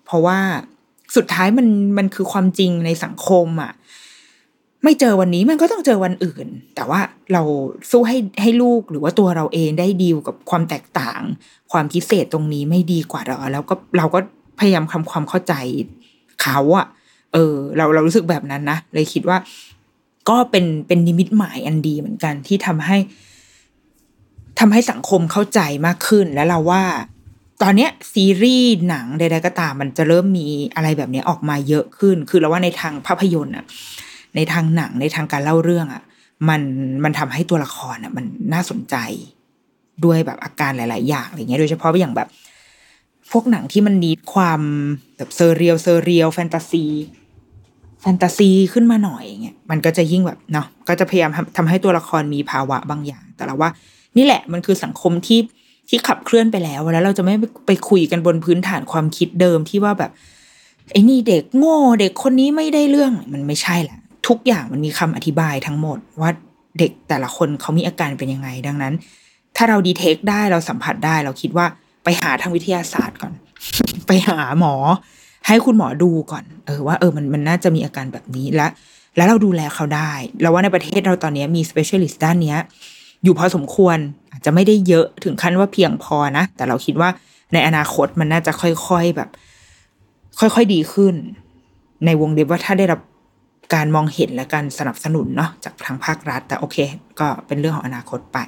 เพราะว่าสุดท้ายมันมันคือความจริงในสังคมอ่ะไม่เจอวันนี้มันก็ต้องเจอวันอื่นแต่ว่าเราสู้ให้ให้ลูกหรือว่าตัวเราเองได้ดีลกับความแตกต่างความพิเศษตรงนี้ไม่ดีกว่าหรอแล้วก็เราก็พยายามทำความเข้าใจเขาอ่ะเออเราเรารู้สึกแบบนั้นนะเลยคิดว่าก็เป็นเป็นนิมิตหมายอันดีเหมือนกันที่ทำให้ทำให้สังคมเข้าใจมากขึ้นแล้วเราว่าตอนเนี้ยซีรีส์หนังใดๆก็ตามมันจะเริ่มมีอะไรแบบนี้ออกมาเยอะขึ้นคือเราว่าในทางภาพยนตร์อ่ะในทางหนังในทางการเล่าเรื่องอ่ะมันมันทำให้ตัวละครอ่ะมันน่าสนใจด้วยแบบอาการหลายๆอย่างอะไรเงี้ยโดยเฉพาะอย่างแบบพวกหนังที่มันนีดความแบบเซอร์เรียลเซอร์เรียลแฟนตาซีแฟนตาซีขึ้นมาหน่อยอย่างเงี้ยมันก็จะยิ่งแบบเนาะก็จะพยายามทำทำให้ตัวละครมีภาวะบางอย่างแต่เราว่านี่แหละมันคือสังคมที่ที่ขับเคลื่อนไปแล้วแล้วเราจะไม่ไปคุยกันบนพื้นฐานความคิดเดิมที่ว่าแบบไอ้นี่เด็กโง่เด็กคนนี้ไม่ได้เรื่องมันไม่ใช่แหละทุกอย่างมันมีคำอธิบายทั้งหมดว่าเด็กแต่ละคนเขามีอาการเป็นยังไงดังนั้นถ้าเราดีเทคได้เราสัมผัสได้เราคิดว่าไปหาทางวิทยาศาสตร์ก่อน ไปหาหมอให้คุณหมอดูก่อนเออว่าเออมันมันน่าจะมีอาการแบบนี้และแล้วเราดูแลเขาได้แล้วว่าในประเทศเราตอนนี้มี specialist ด้านเนี้ยอยู่พอสมควรอาจจะไม่ได้เยอะถึงขั้นว่าเพียงพอนะแต่เราคิดว่าในอนาคตมันน่าจะค่อยๆแบบค่อยๆดีขึ้นในวงเล็บว่าถ้าได้รับการมองเห็นและการสนับสนุนเนาะจากทางภาครัฐแต่โอเคก็เป็นเรื่องของอนาคตไป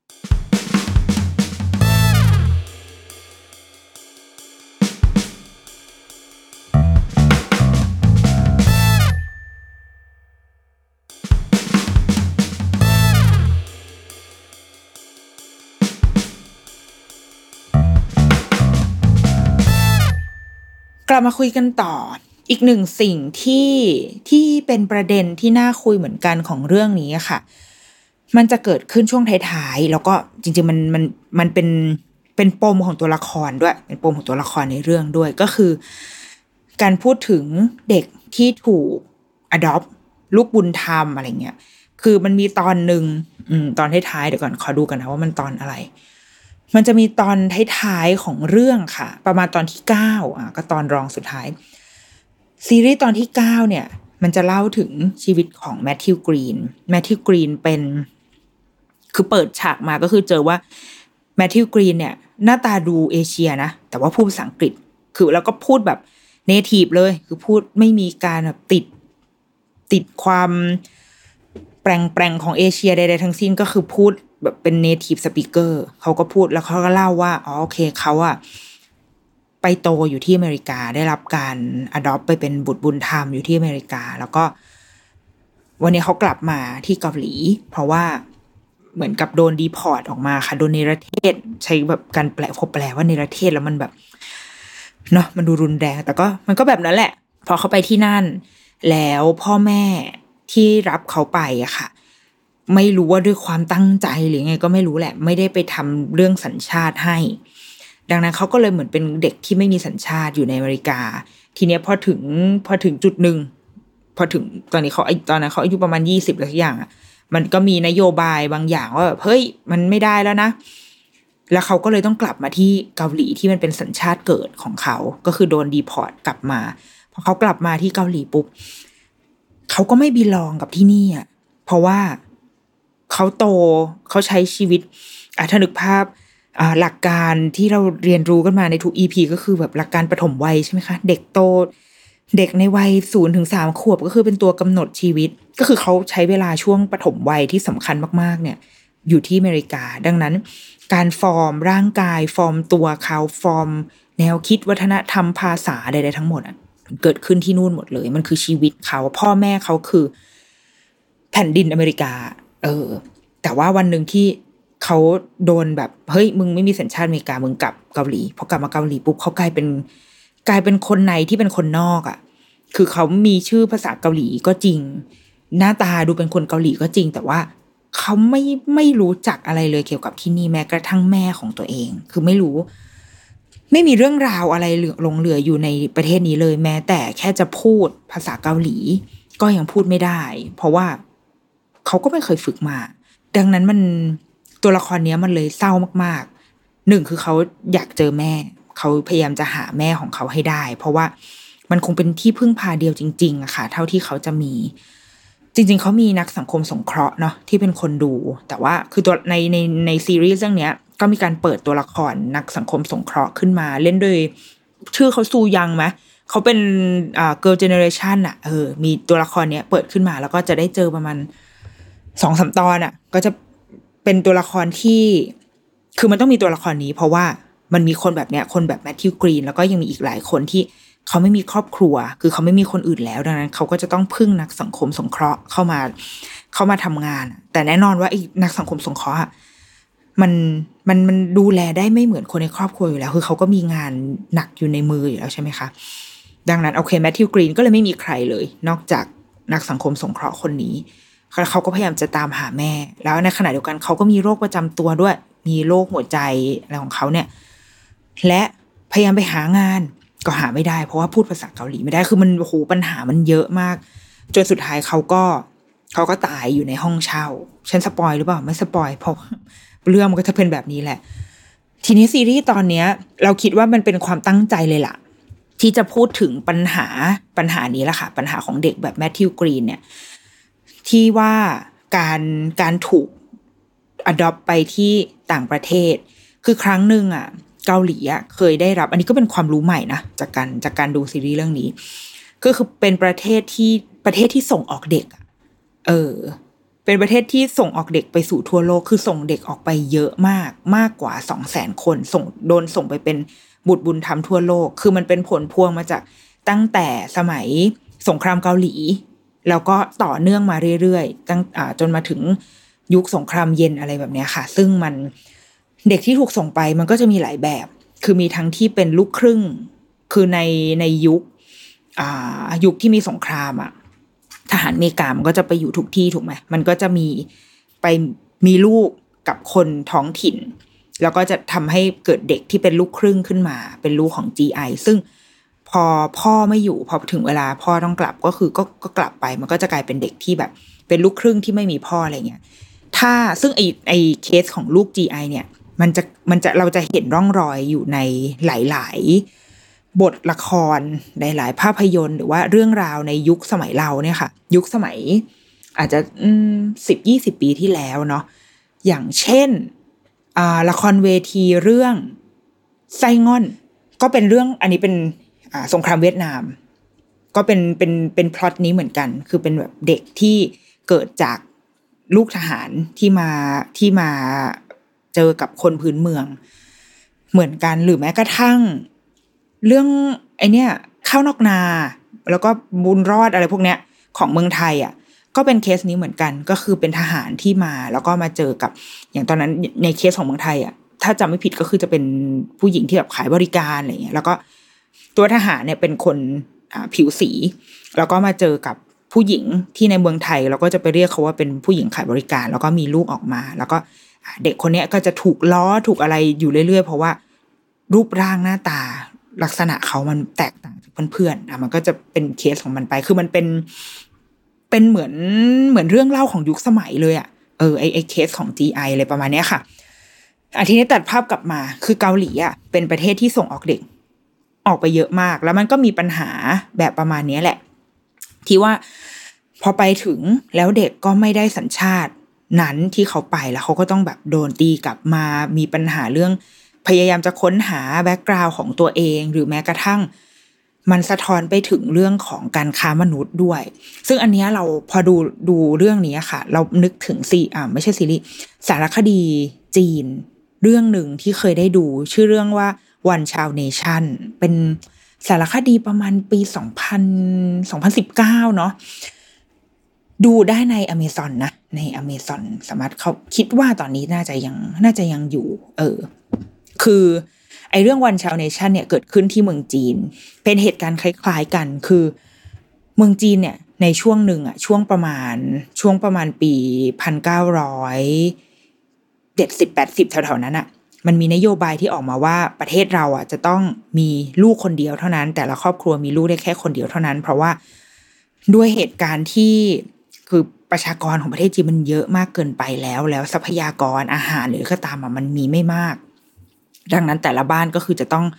กลับมาคุยกันต่ออีกหนึ่งสิ่งที่ที่เป็นประเด็นที่น่าคุยเหมือนกันของเรื่องนี้ค่ะมันจะเกิดขึ้นช่วงท้ายๆแล้วก็จริงๆมันมันมันเป็นเป็นปมของตัวละครด้วยเป็นปมของตัวละครในเรื่องด้วยก็คือการพูดถึงเด็กที่ถูก adopt ลูกบุญธรรมอะไรเงี้ยคือมันมีตอนนึงอืมตอนท้ายๆเดี๋ยวก่อนขอดูกันนะว่ามันตอนอะไรมันจะมีตอนท้ายๆของเรื่องค่ะประมาณตอนที่เก้าอ่ะก็ตอนรองสุดท้ายซีรีส์ตอนที่เก้าเนี่ยมันจะเล่าถึงชีวิตของแมทธิวกรีนแมทธิวกรีนเป็นคือเปิดฉากมาก็คือเจอว่าแมทธิวกรีนเนี่ยหน้าตาดูเอเชียนะแต่ว่าพูดภาษาอังกฤษคือแล้วก็พูดแบบเนทีฟเลยคือพูดไม่มีการแบบติดติดความแปลงๆของเอเชียใดๆทั้งสิ้นก็คือพูดแบบเป็น native speaker เขาก็พูดแล้วเขาก็เล่าว่าอ๋อโอเคเขาอะไปโตอยู่ที่อเมริกาได้รับการ adopt ไปเป็นบุตรบุญธรรมอยู่ที่อเมริกาแล้วก็วันนี้เขากลับมาที่เกาหลีเพราะว่าเหมือนกับโดนดีพอร์ตออกมาค่ะโดนเนรเทศใช้แบบการแปลพอแปลว่าเนรเทศแล้วมันแบบเนาะมันดูรุนแรงแต่ก็มันก็แบบนั้นแหละพอเขาไปที่นั่นแล้วพ่อแม่ที่รับเขาไปอะค่ะไม่รู้ว่าด้วยความตั้งใจหรือไงก็ไม่รู้แหละไม่ได้ไปทำเรื่องสัญชาติให้ดังนั้นเขาก็เลยเหมือนเป็นเด็กที่ไม่มีสัญชาติอยู่ในอเมริกาทีเนี้ยพอถึงพอถึงจุดหนึ่งพอถึงตอนนี้เขาตอนนั้นเขาอายุประมาณยี่สิบแล้วทุกอย่างอ่ะมันก็มีนโยบายบางอย่างว่าแบบเฮ้ยมันไม่ได้แล้วนะแล้วเขาก็เลยต้องกลับมาที่เกาหลีที่มันเป็นสัญชาติเกิดของเขาก็คือโดนดีพอร์ตกลับมาพอเขากลับมาที่เกาหลีปุ๊บเขาก็ไม่บีลองกับที่นี่อ่ะเพราะว่าเขาโตเขาใช้ชีวิตอ่ะถ้านึกภาพอ่าหลักการที่เราเรียนรู้กันมาในทุก อี พี ก็คือแบบหลักการปฐมวัยใช่ไหมคะเด็กโตเด็กในวัยศูนย์ถึงสามขวบก็คือเป็นตัวกำหนดชีวิตก็คือเขาใช้เวลาช่วงปฐมวัยที่สำคัญมากๆเนี่ยอยู่ที่อเมริกาดังนั้นการฟอร์มร่างกายฟอร์มตัวเขาฟอร์มแนวคิดวัฒนธรรมภาษาใดๆทั้งหมดอ่ะเกิดขึ้นที่นู่นหมดเลยมันคือชีวิตเขาพ่อแม่เขาคือแผ่นดินอเมริกาเออแต่ว่าวันนึงที่เขาโดนแบบเฮ้ยมึงไม่มีสัญชาติอเมริกามึงกลับเกาหลีพอกลับมาเกาหลีปุ๊บเขากลายเป็นกลายเป็นคนในที่เป็นคนนอกอ่ะคือเขามีชื่อภาษาเกาหลีก็จริงหน้าตาดูเป็นคนเกาหลีก็จริงแต่ว่าเขาไม่ไม่รู้จักอะไรเลยเกี่ยวกับที่นี่แม้กระทั่งแม่ของตัวเองคือไม่รู้ไม่มีเรื่องราวอะไรหลงเหลืออยู่ในประเทศนี้เลยแม้แต่แค่จะพูดภาษาเกาหลีก็ยังพูดไม่ได้เพราะว่าเขาก็ไม่เคยฝึกมาดังนั้นมันตัวละครนี้มันเลยเศร้ามากๆหนึ่งคือเขาอยากเจอแม่เขาพยายามจะหาแม่ของเขาให้ได้เพราะว่ามันคงเป็นที่พึ่งพาเดียวจริงๆอะค่ะเท่าที่เขาจะมีจริงๆเขามีนักสังคมสงเคราะห์เนาะที่เป็นคนดูแต่ว่าคือตัวในในในซีรีส์เรื่องนี้ก็มีการเปิดตัวละครนักสังคมสงเคราะห์ขึ้นมาเล่นโดยชื่อเขาซูยังไหมเขาเป็นอ่า Girl Generation อะเออมีตัวละครเนี้ยเปิดขึ้นมาแล้วก็จะได้เจอประมาณ สองสาม ตอนอะก็จะเป็นตัวละครที่คือมันต้องมีตัวละครนี้เพราะว่ามันมีคนแบบเนี้ยคนแบบแมทธิว กรีนแล้วก็ยังมีอีกหลายคนที่เขาไม่มีครอบครัวคือเขาไม่มีคนอื่นแล้วดังนั้นเขาก็จะต้องพึ่งนักสังคมสงเคราะห์เข้ามาเข้ามาทำงานแต่แน่นอนว่าไอ้นักสังคมสงเคราะห์มันมันมันดูแลได้ไม่เหมือนคนในครอบครัวอยู่แล้วคือเขาก็มีงานหนักอยู่ในมืออยู่แล้วใช่ไหมคะดังนั้นโอเคแมทธิว กรีนก็เลยไม่มีใครเลยนอกจากนักสังคมสงเคราะห์คนนี้เขาก็พยายามจะตามหาแม่แล้วในขณะเดียวกันเขาก็มีโรคประจำตัวด้วยมีโรคหัวใจอะไรของเขาเนี่ยและพยายามไปหางานก็หาไม่ได้เพราะว่าพูดภาษาเกาหลีไม่ได้คือมันโอ้โหปัญหามันเยอะมากจนสุดท้ายเขาก็เขาก็ตายอยู่ในห้องเช่าฉันสปอยหรือเปล่าไม่สปอยเพราะเรื่องมันก็จะเป็นแบบนี้แหละทีนี้ซีรีส์ตอนเนี้ยเราคิดว่ามันเป็นความตั้งใจเลยล่ะที่จะพูดถึงปัญหาปัญหานี้แหละค่ะปัญหาของเด็กแบบแมทธิว กรีนเนี่ยที่ว่าการการถูก adopt ไปที่ต่างประเทศคือครั้งหนึ่งอ่ะเกาหลีอ่ะเคยได้รับอันนี้ก็เป็นความรู้ใหม่นะจากการจากการดูซีรีส์เรื่องนี้ก็คือเป็นประเทศที่ประเทศที่ส่งออกเด็กเออเป็นประเทศที่ส่งออกเด็กไปสู่ทั่วโลกคือส่งเด็กออกไปเยอะมากมากกว่า สองแสน คนส่งโดนส่งไปเป็นบุตรบุญธรรมทั่วโลกคือมันเป็นผลพวงมาจากตั้งแต่สมัยสงครามเกาหลีแล้วก็ต่อเนื่องมาเรื่อยๆตั้งอ่าจนมาถึงยุคสงครามเย็นอะไรแบบนี้ค่ะซึ่งมันเด็กที่ถูกส่งไปมันก็จะมีหลายแบบคือมีทั้งที่เป็นลูกครึ่งคือในในยุคอ่ายุคที่มีสงครามอ่ะทหารอเมริกามันก็จะไปอยู่ทุกที่ถูกไหมมันก็จะมีไปมีลูกกับคนท้องถิ่นแล้วก็จะทำให้เกิดเด็กที่เป็นลูกครึ่งขึ้นมาเป็นลูกของ จี ไอ ซึ่งพอพ่อไม่อยู่พอถึงเวลาพ่อต้องกลับก็คือก็ก็กลับไปมันก็จะกลายเป็นเด็กที่แบบเป็นลูกครึ่งที่ไม่มีพ่ออะไรเงี้ยถ้าซึ่งไอไอเคสของลูก จี ไอ เนี่ยมันจะมันจะเราจะเห็นร่องรอยอยู่ในหลายๆบทละครในหลายภาพยนตร์หรือว่าเรื่องราวในยุคสมัยเราเนี่ยค่ะยุคสมัยอาจจะอืม สิบ ยี่สิบ ปีที่แล้วเนาะอย่างเช่นอ่าละครเวทีเรื่องไส้ง่อนก็เป็นเรื่องอันนี้เป็นอ่าสงครามเวียดนามก็เป็นเป็นเป็นพล็อตนี้เหมือนกันคือเป็นแบบเด็กที่เกิดจากลูกทหารที่มาที่มาเจอกับคนพื้นเมืองเหมือนกันหรือแม้กระทั่งเรื่องไอเนี้ยข้าวนอกนาแล้วก็บุญรอดอะไรพวกเนี้ยของเมืองไทยอ่ะก็เป็นเคสนี้เหมือนกันก็คือเป็นทหารที่มาแล้วก็มาเจอกับอย่างตอนนั้นในเคสของเมืองไทยอ่ะถ้าจำไม่ผิดก็คือจะเป็นผู้หญิงที่แบบขายบริการอะไรเงี้ยแล้วก็ตัวทหารเนี่ยเป็นคนอ่าผิวสีแล้วก็มาเจอกับผู้หญิงที่ในเมืองไทยเราก็จะไปเรียกเขาว่าเป็นผู้หญิงขายบริการแล้วก็มีลูกออกมาแล้วก็เด็กคนนี้ก็จะถูกล้อถูกอะไรอยู่เรื่อยๆเพราะว่ารูปร่างหน้าตาลักษณะเขามันแตกต่างจากเพื่อนๆอ่ะมันก็จะเป็นเคสของมันไปคือมันเป็นเป็นเหมือนเหมือนเรื่องเล่าของยุคสมัยเลยอ่ะเออไอไอเคสของ จี ไอ อะไรประมาณนี้ค่ะอ่ะทีนี้ตัดภาพกลับมาคือเกาหลีอ่ะเป็นประเทศที่ส่งออกเด็กออกไปเยอะมากแล้วมันก็มีปัญหาแบบประมาณนี้แหละที่ว่าพอไปถึงแล้วเด็กก็ไม่ได้สัญชาตินั้นที่เขาไปแล้วเขาก็ต้องแบบโดนตีกลับมามีปัญหาเรื่องพยายามจะค้นหาแบ็คกราวด์ของตัวเองหรือแม้กระทั่งมันสะท้อนไปถึงเรื่องของการค้ามนุษย์ด้วยซึ่งอันนี้เราพอดูดูเรื่องนี้ค่ะเรานึกถึงซีอ่าไม่ใช่ซีรีส์สารคดีจีนเรื่องหนึ่งที่เคยได้ดูชื่อเรื่องว่าวันชาวเนชั่นเป็นสารคดีประมาณปีสองพัน สองพันสิบเก้าเนาะดูได้ใน Amazon นะใน Amazon สามารถเขาคิดว่าตอนนี้น่าจะยังน่าจะยังอยู่เออคือไอเรื่องวันชาวเนชั่นเนี่ยเกิดขึ้นที่เมืองจีนเป็นเหตุการณ์คล้ายๆกันคือเมืองจีนเนี่ยในช่วงหนึ่งอะช่วงประมาณช่วงประมาณปีหนึ่งพันเก้าร้อยเจ็ดสิบ แปดสิบแถวๆนั้นอะมันมีนโยบายที่ออกมาว่าประเทศเราอ่ะจะต้องมีลูกคนเดียวเท่านั้นแต่ละครอบครัวมีลูกได้แค่คนเดียวเท่านั้นเพราะว่าด้วยเหตุการณ์ที่คือประชากรของประเทศจีนมันเยอะมากเกินไปแล้วแล้วทรัพยากรอาหารหรือก็ตามอ่ะมันมีไม่มากดังนั้นแต่ละบ้านก็คือจะต้อง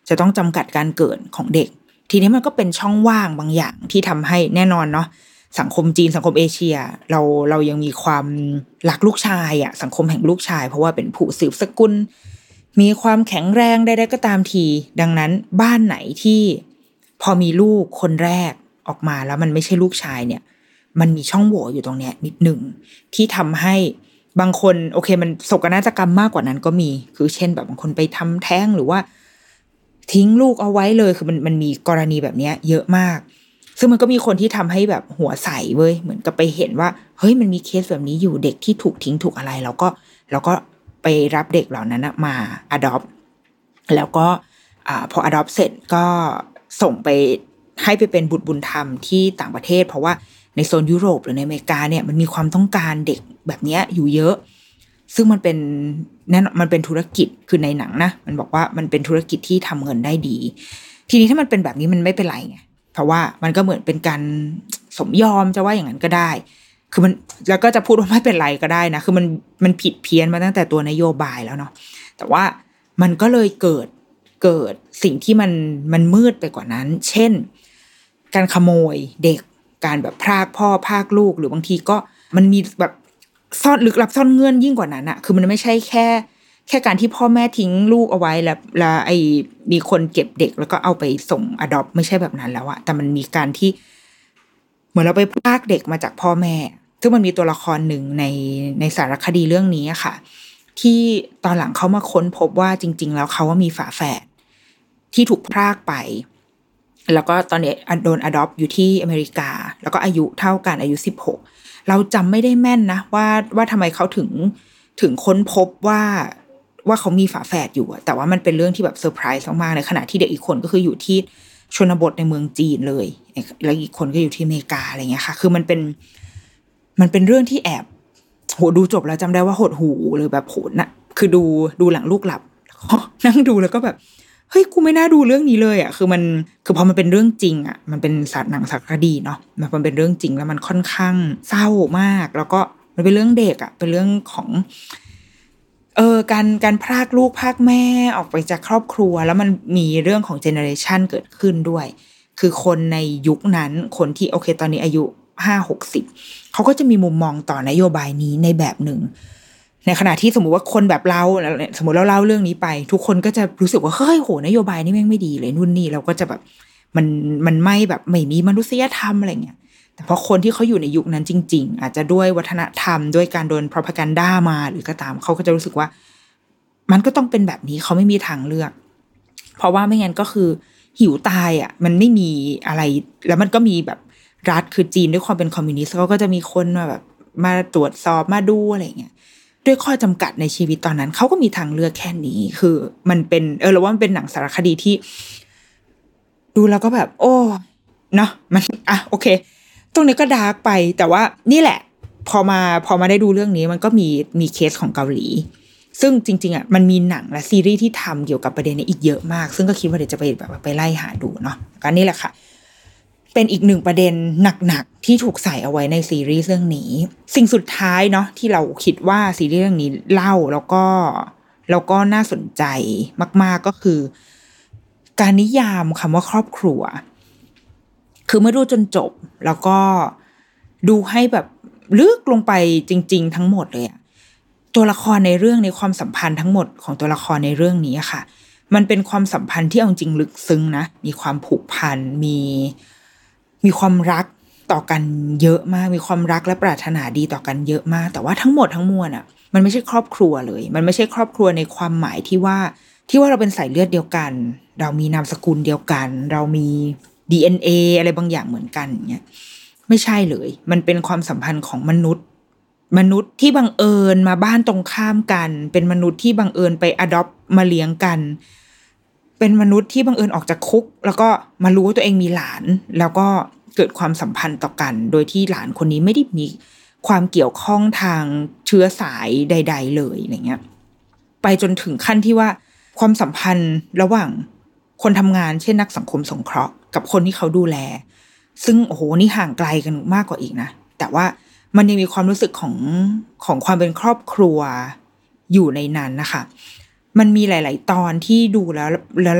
จะต้องจำกัดการเกิดของเด็กทีนี้มันก็เป็นช่องว่างบางอย่างที่ทำให้แน่นอนเนาะสังคมจีนสังคมเอเชียเราเรายังมีความรักลูกชายอ่ะสังคมแห่งลูกชายเพราะว่าเป็นผู้สืบสกุลมีความแข็งแรงใดๆก็ตามทีดังนั้นบ้านไหนที่พอมีลูกคนแรกออกมาแล้วมันไม่ใช่ลูกชายเนี่ยมันมีช่องโหว่อยู่ตรงเนี้ยนิดหนึ่งที่ทำให้บางคนโอเคมันโศกนาฏกรรมมากกว่านั้นก็มีคือเช่นแบบบางคนไปทำแท้งหรือว่าทิ้งลูกเอาไว้เลยคือมันมันมีกรณีแบบนี้เยอะมากซึ่งมันก็มีคนที่ทำให้แบบหัวใสเว้ยเหมือนกับไปเห็นว่าเฮ้ยมันมีเคสแบบนี้อยู่เด็กที่ถูกทิ้งถูกอะไรแล้วก็แล้วก็ไปรับเด็กเหล่านั้นมา adopt แล้วก็อ่าพอ adopt เสร็จก็ส่งไปให้ไปเป็นบุตรบุญธรรมที่ต่างประเทศเพราะว่าในโซนยุโรปหรือในอเมริกาเนี่ยมันมีความต้องการเด็กแบบนี้อยู่เยอะซึ่งมันเป็นนั่นมันเป็นธุรกิจคือในหนังนะมันบอกว่ามันเป็นธุรกิจที่ทำเงินได้ดีทีนี้ถ้ามันเป็นแบบนี้มันไม่เป็นไรไงเพราะว่ามันก็เหมือนเป็นการสมยอมจะว่าอย่างนั้นก็ได้คือมันแล้วก็จะพูดว่าไม่เป็นไรก็ได้นะคือมันมันผิดเพี้ยนมาตั้งแต่ตัวนโยบายแล้วเนาะแต่ว่ามันก็เลยเกิดเกิดสิ่งที่มันมันมืดไปกว่านั้นเช่นการขโมยเด็กการแบบพรากพ่อพรากลูกหรือบางทีก็มันมีแบบซ่อนลึกลับซ่อนเงื่อนยิ่งกว่านั้นอะคือมันไม่ใช่แค่แค่การที่พ่อแม่ทิ้งลูกเอาไว้แล้วแล้วไอ้มีคนเก็บเด็กแล้วก็เอาไปส่ง adopt ไม่ใช่แบบนั้นแล้วอะแต่มันมีการที่เหมือนเราไปพรากเด็กมาจากพ่อแม่ซึ่งมันมีตัวละครหนึ่งในในสารคดีเรื่องนี้อะค่ะที่ตอนหลังเขามาค้นพบว่าจริงๆแล้วเขาว่ามีฝาแฝดที่ถูกพรากไปแล้วก็ตอนนี้โดน adopt อยู่ที่อเมริกาแล้วก็อายุเท่ากันอายุสิบหกเราจำไม่ได้แม่นนะว่าว่าทำไมเขาถึงถึงค้นพบว่าว่าเขามีฝาแฝดอยู่แต่ว่ามันเป็นเรื่องที่แบบเซอร์ไพรส์มากๆในขณะที่เด็กอีกคนก็คืออยู่ที่ชนบทในเมืองจีนเลยแล้วอีกคนก็อยู่ที่อเมริกาอะไรเงี้ยค่ะคือมันเป็นมันเป็นเรื่องที่แอบโหดูจบแล้วจำได้ว่าหดหูหรือแบบโหนะคือดูดูหลังลูกหลับนั่งดูแล้วก็แบบเฮ้ยกูไม่น่าดูเรื่องนี้เลยอ่ะคือมันคือพอมันเป็นเรื่องจริงอ่ะมันเป็นสารหนังสารคดีเนาะมันเป็นเรื่องจริงแล้วมันค่อนข้างเศร้ามากแล้วก็มันเป็นเรื่องเด็กอ่ะเป็นเรื่องของเออการการพรากลูกพรากแม่ออกไปจากครอบครัวแล้วมันมีเรื่องของเจเนอเรชันเกิดขึ้นด้วยคือคนในยุคนั้นคนที่โอเคตอนนี้อายุห้าหกสิบเขาก็จะมีมุมมองต่อนโยบายนี้ในแบบหนึ่งในขณะที่สมมุติว่าคนแบบเราสมมติเราเล่าเรื่องนี้ไปทุกคนก็จะรู้สึกว่าเฮ้ยโหนโยบายนี่แม่งไม่ดีเลยนู่นนี่เราก็จะแบบมันมันไม่แบบไม่มีมนุษยธรรมอะไรเงี้ยแต่พอคนที่เขาอยู่ในยุคนั้นจริงๆอาจจะด้วยวัฒนธรรมด้วยการโดน propaganda มาหรือก็ตามเขาก็จะรู้สึกว่ามันก็ต้องเป็นแบบนี้เขาไม่มีทางเลือกเพราะว่าไม่งั้นก็คือหิวตายอ่ะมันไม่มีอะไรแล้วมันก็มีแบบรัฐคือจีนด้วยความเป็นคอมมิวนิสต์เขาก็จะมีคนมาแบบมาตรวจสอบมาดูอะไรเงี้ยด้วยข้อจำกัดในชีวิตตอนนั้นเขาก็มีทางเลือกแค่นี้คือมันเป็นเออเราว่ามันเป็นหนังสารคดีที่ดูแล้วก็แบบโอ้เนาะมันอ่ะโอเคตรงนี้ก็ดาร์กไปแต่ว่านี่แหละพอมาพอมาได้ดูเรื่องนี้มันก็มีมีเคสของเกาหลีซึ่งจริงๆอ่ะมันมีหนังและซีรีส์ที่ทำเกี่ยวกับประเด็นนี้อีกเยอะมากซึ่งก็คิดว่าเดี๋ยวจะไปแบบไปไล่หาดูเนาะก็นี่แหละค่ะเป็นอีกหนึ่งประเด็นหนักๆที่ถูกใส่เอาไว้ในซีรีส์เรื่องนี้สิ่งสุดท้ายเนาะที่เราคิดว่าซีรีส์เรื่องนี้เล่าแล้วก็แล้วก็น่าสนใจมากๆก็คือการนิยามคำว่าครอบครัวคือเมื่อดูจนจบแล้วก็ดูให้แบบลึกลงไปจริงๆทั้งหมดเลยอะตัวละครในเรื่องในความสัมพันธ์ทั้งหมดของตัวละครในเรื่องนี้ค่ะมันเป็นความสัมพันธ์ที่เอาจริงลึกซึ้งนะมีความผูกพันมีมีความรักต่อกันเยอะมากมีความรักและปรารถนาดีต่อกันเยอะมากแต่ว่าทั้งหมดทั้งมวลอ่ะมันไม่ใช่ครอบครัวเลยมันไม่ใช่ครอบครัวในความหมายที่ว่าที่ว่าเราเป็นสายเลือดเดียวกันเรามีนามสกุลเดียวกันเรามี ดี เอ็น เอ อะไรบางอย่างเหมือนกันอย่างเงี้ยไม่ใช่เลยมันเป็นความสัมพันธ์ของมนุษย์มนุษย์ที่บังเอิญมาบ้านตรงข้ามกันเป็นมนุษย์ที่บังเอิญไป adopt มาเลี้ยงกันเป็นมนุษย์ที่บังเอิญออกจากคุกแล้วก็มารู้ว่าตัวเองมีหลานแล้วก็เกิดความสัมพันธ์ต่อกันโดยที่หลานคนนี้ไม่ได้มีความเกี่ยวข้องทางเชื้อสายใดๆเลยอะไรเงี้ยไปจนถึงขั้นที่ว่าความสัมพันธ์ระหว่างคนทำงานเช่นนักสังคมสงเคราะห์กับคนที่เขาดูแลซึ่งโอ้โหนี่ห่างไกลกันมากกว่าอีกนะแต่ว่ามันยังมีความรู้สึกของของความเป็นครอบครัวอยู่ในนั้นนะคะมันมีหลายๆตอนที่ดูแล้วแล้วเราแบบ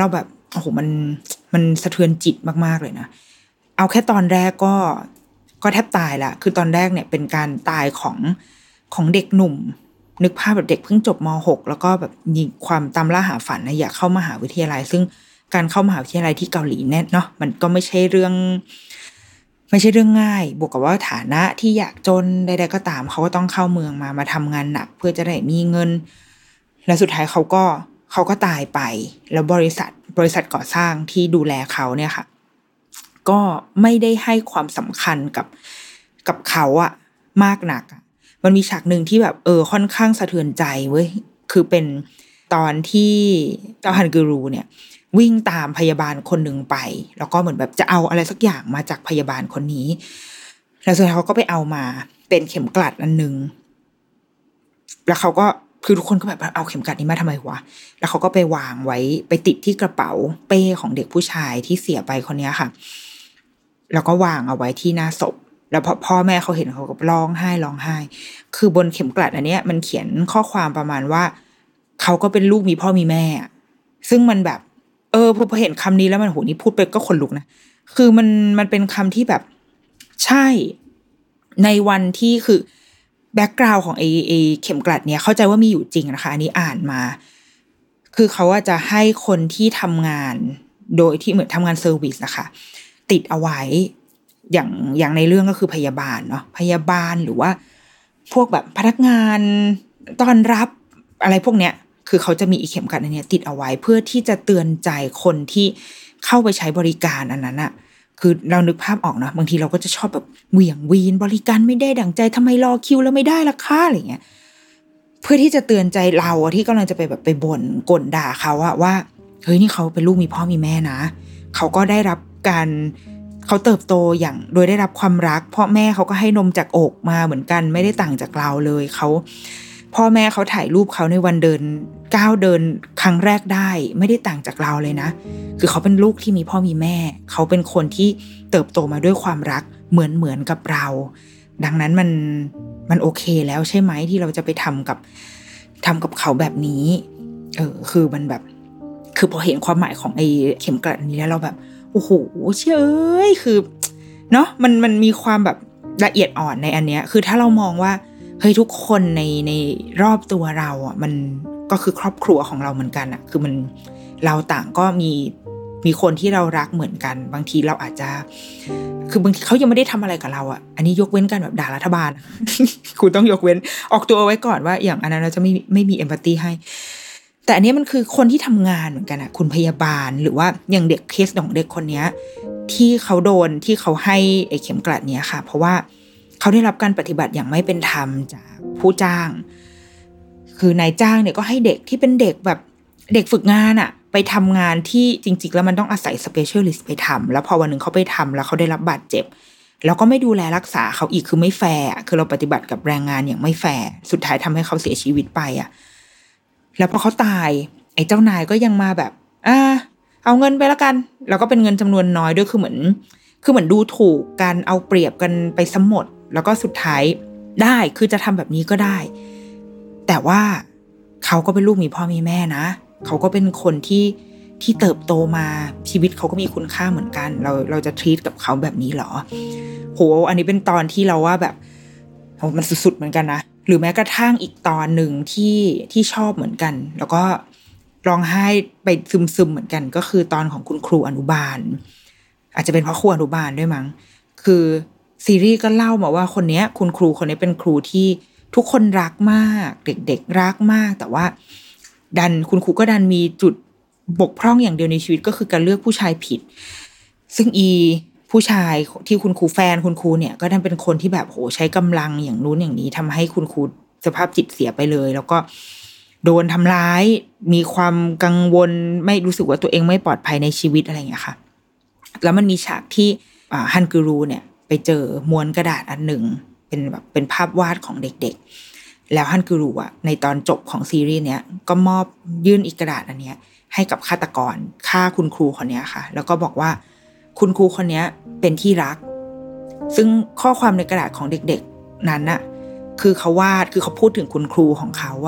โอ้โหมันมันสะเทือนจิตมากๆเลยนะเอาแค่ตอนแรกก็ก็แทบตายละคือตอนแรกเนี่ยเป็นการตายของของเด็กหนุ่มนึกภาพแบบเด็กเพิ่งจบม.หก แล้วก็แบบมีความตามล่าหาฝันนะอยากเข้ามหาวิทยาลัยซึ่งการเข้ามหาวิทยาลัยที่เกาหลีแน่เนาะมันก็ไม่ใช่เรื่องไม่ใช่เรื่องง่ายบวกกับว่าฐานะที่อยากจนใดๆก็ตามเขาก็ต้องเข้าเมืองมามาทำงานหนักเพื่อจะได้มีเงินแล้วสุดท้ายเขาก็เขาก็ตายไปแล้วบริษัทบริษัทก่อสร้างที่ดูแลเขาเนี่ยค่ะก็ไม่ได้ให้ความสำคัญกับกับเขาอะมากนักมันมีฉากนึงที่แบบเออค่อนข้างสะเทือนใจเว้ยคือเป็นตอนที่เจ้าฮันกึรูเนี่ยวิ่งตามพยาบาลคนหนึ่งไปแล้วก็เหมือนแบบจะเอาอะไรสักอย่างมาจากพยาบาลคนนี้แล้วสุดท้ายเขาก็ไปเอามาเป็นเข็มกลัดอันนึงแล้วเขาก็คือทุกคนก็แบบเอาเข็มกลัดนี้มาทำไมวะแล้วเขาก็ไปวางไว้ไปติดที่กระเป๋าเป้ของเด็กผู้ชายที่เสียไปคนนี้ค่ะแล้วก็วางเอาไว้ที่หน้าศพแล้วพอพ่อแม่เขาเห็นเขาก็ร้องไห้ร้องไห้คือบนเข็มกลัดอันเนี้ยมันเขียนข้อความประมาณว่าเขาก็เป็นลูกมีพ่อมีแม่ซึ่งมันแบบเออพอเห็นคำนี้แล้วมันโหนี่พูดไปก็ขนลุกนะคือมันมันเป็นคำที่แบบใช่ในวันที่คือแบ็คกราวด์ของไอ้ไอ้เข็มกลัดเนี่ยเข้าใจว่ามีอยู่จริงนะคะอันนี้อ่านมาคือเขาว่าจะให้คนที่ทำงานโดยที่เหมือนทำงานเซอร์วิสนะคะติดเอาไว้อย่างอย่างในเรื่องก็คือพยาบาลเนาะพยาบาลหรือว่าพวกแบบพนักงานต้อนรับอะไรพวกเนี้ยคือเขาจะมีอีเข็มกลัดอันเนี้ยติดเอาไว้เพื่อที่จะเตือนใจคนที่เข้าไปใช้บริการอันนั้นอะคือเรานึกภาพออกเนาะบางทีเราก็จะชอบแบบเหวี่ยงวีนบริการไม่ได้ดั่งใจทำไมรอคิวแล้วไม่ได้ล่ะคะอะไรเงี้ยเพื่อที่จะเตือนใจเราที่กำลังจะไปแบบไปบ่นก่นด่าเขาอะว่าเฮ้ยนี่เขาเป็นลูกมีพ่อมีแม่นะเขาก็ได้รับการเขาเติบโตอย่างโดยได้รับความรักพ่อแม่เขาก็ให้นมจากอกมาเหมือนกันไม่ได้ต่างจากเราเลยเขาพ่อแม่เขาถ่ายรูปเขาในวันเดินก้าวเดินครั้งแรกได้ไม่ได้ต่างจากเราเลยนะคือเขาเป็นลูกที่มีพ่อมีแม่เขาเป็นคนที่เติบโตมาด้วยความรักเหมือนเหมือนกับเราดังนั้นมันมันโอเคแล้วใช่ไหมที่เราจะไปทำกับทำกับเขาแบบนี้เออคือมันแบบคือพอเห็นความหมายของไอ้เข็มกลัดนี้แล้วเราแบบโอ้โหเชื่อเอ้ยคือเนาะมันมันมีความแบบละเอียดอ่อนในอันเนี้ยคือถ้าเรามองว่าเฮ้ยทุกคนในในรอบตัวเราอ่ะมันก็คือครอบครัวของเราเหมือนกันอ่ะคือมันเราต่างก็มีมีคนที่เรารักเหมือนกันบางทีเราอาจจะคือบางทีเขายังไม่ได้ทำอะไรกับเราอ่ะอันนี้ยกเว้นกันแบบด่ารัฐบาล คุณต้องยกเว้นออกตัวเอาไว้ก่อนว่าอย่างอันนั้นเราจะไม่ไม่มีเอมพัตตีให้แต่อันนี้มันคือคนที่ทำงานเหมือนกันอ่ะคุณพยาบาลหรือว่าอย่างเด็กเคสของเด็กคนนี้ที่เขาโดนที่เขาให้ไอ้เข็มกลัดเนี้ยค่ะเพราะว่าเขาได้รับการปฏิบัติอย่างไม่เป็นธรรมจากผู้จ้างคือนายจ้างเนี่ยก็ให้เด็กที่เป็นเด็กแบบเด็กฝึกงานอะไปทำงานที่จริงๆแล้วมันต้องอาศัยสเปเชียลิสต์ไปทำแล้วพอวันหนึ่งเขาไปทำแล้วเขาได้รับบาดเจ็บแล้วก็ไม่ดูแลรักษาเขาอีกคือไม่แฟร์คือเราปฏิบัติกับแรงงานอย่างไม่แฟร์สุดท้ายทำให้เขาเสียชีวิตไปอะแล้วพอเขาตายไอ้เจ้านายก็ยังมาแบบอ่าเอาเงินไปแล้วกันแล้วก็เป็นเงินจำนวนน้อยด้วยคือเหมือนคือเหมือนดูถูกกันเอาเปรียบกันไปซะหมดแล้วก็สุดท้ายได้คือจะทำแบบนี้ก็ได้แต่ว่าเขาก็เป็นลูกมีพ่อมีแม่นะเขาก็เป็นคนที่ที่เติบโตมาชีวิตเขาก็มีคุณค่าเหมือนกันเราเราจะทรีตกับเขาแบบนี้หรอโหอันนี้เป็นตอนที่เราว่าแบบโหมันสุดๆเหมือนกันนะหรือแม้กระทั่งอีกตอนหนึ่งที่ที่ชอบเหมือนกันแล้วก็ร้องไห้ไปซึมๆเหมือนกันก็คือตอนของคุณครูอนุบาลอาจจะเป็นเพราะครูอนุบาลด้วยมั้งคือซีรีส์ก็เล่ามาว่าคนนี้คุณครูคนนี้เป็นครูที่ทุกคนรักมากเด็กๆรักมากแต่ว่าดันคุณครูก็ดันมีจุดบกพร่องอย่างเดียวในชีวิตก็คือการเลือกผู้ชายผิดซึ่งอีผู้ชายที่คุณครูแฟนคุณครูเนี่ยก็ดันเป็นคนที่แบบโหใช้กำลังอย่างนู้นอย่างนี้ทำให้คุณครูสภาพจิตเสียไปเลยแล้วก็โดนทำร้ายมีความกังวลไม่รู้สึกว่าตัวเองไม่ปลอดภัยในชีวิตอะไรอย่างเงี้ยค่ะแล้วมันมีฉากที่ฮันกึรูเนี่ยไปเจอม้วนกระดาษอันหนึ่งเป็นแบบเป็นภาพวาดของเด็กๆแล้วฮันกึรูอ่ะในตอนจบของซีรีส์เนี้ยก็มอบยื่นอีกกระดาษอันเนี้ยให้กับฆาตกรฆ่าคุณครูคนนี้ค่ะแล้วก็บอกว่าคุณครูคนนี้เป็นที่รักซึ่งข้อความในกระดาษของเด็กๆนั้นน่ะคือเขาวาดคือเขาพูดถึงคุณครูของเขาว่า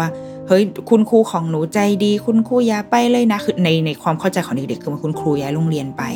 เฮ้ยคุณครูของหนูใจดีคุณครูอย่าไปเลยนะคือในในความเข้าใจของเด็กๆคือมันคุณครูย้ายโรงเรียนไป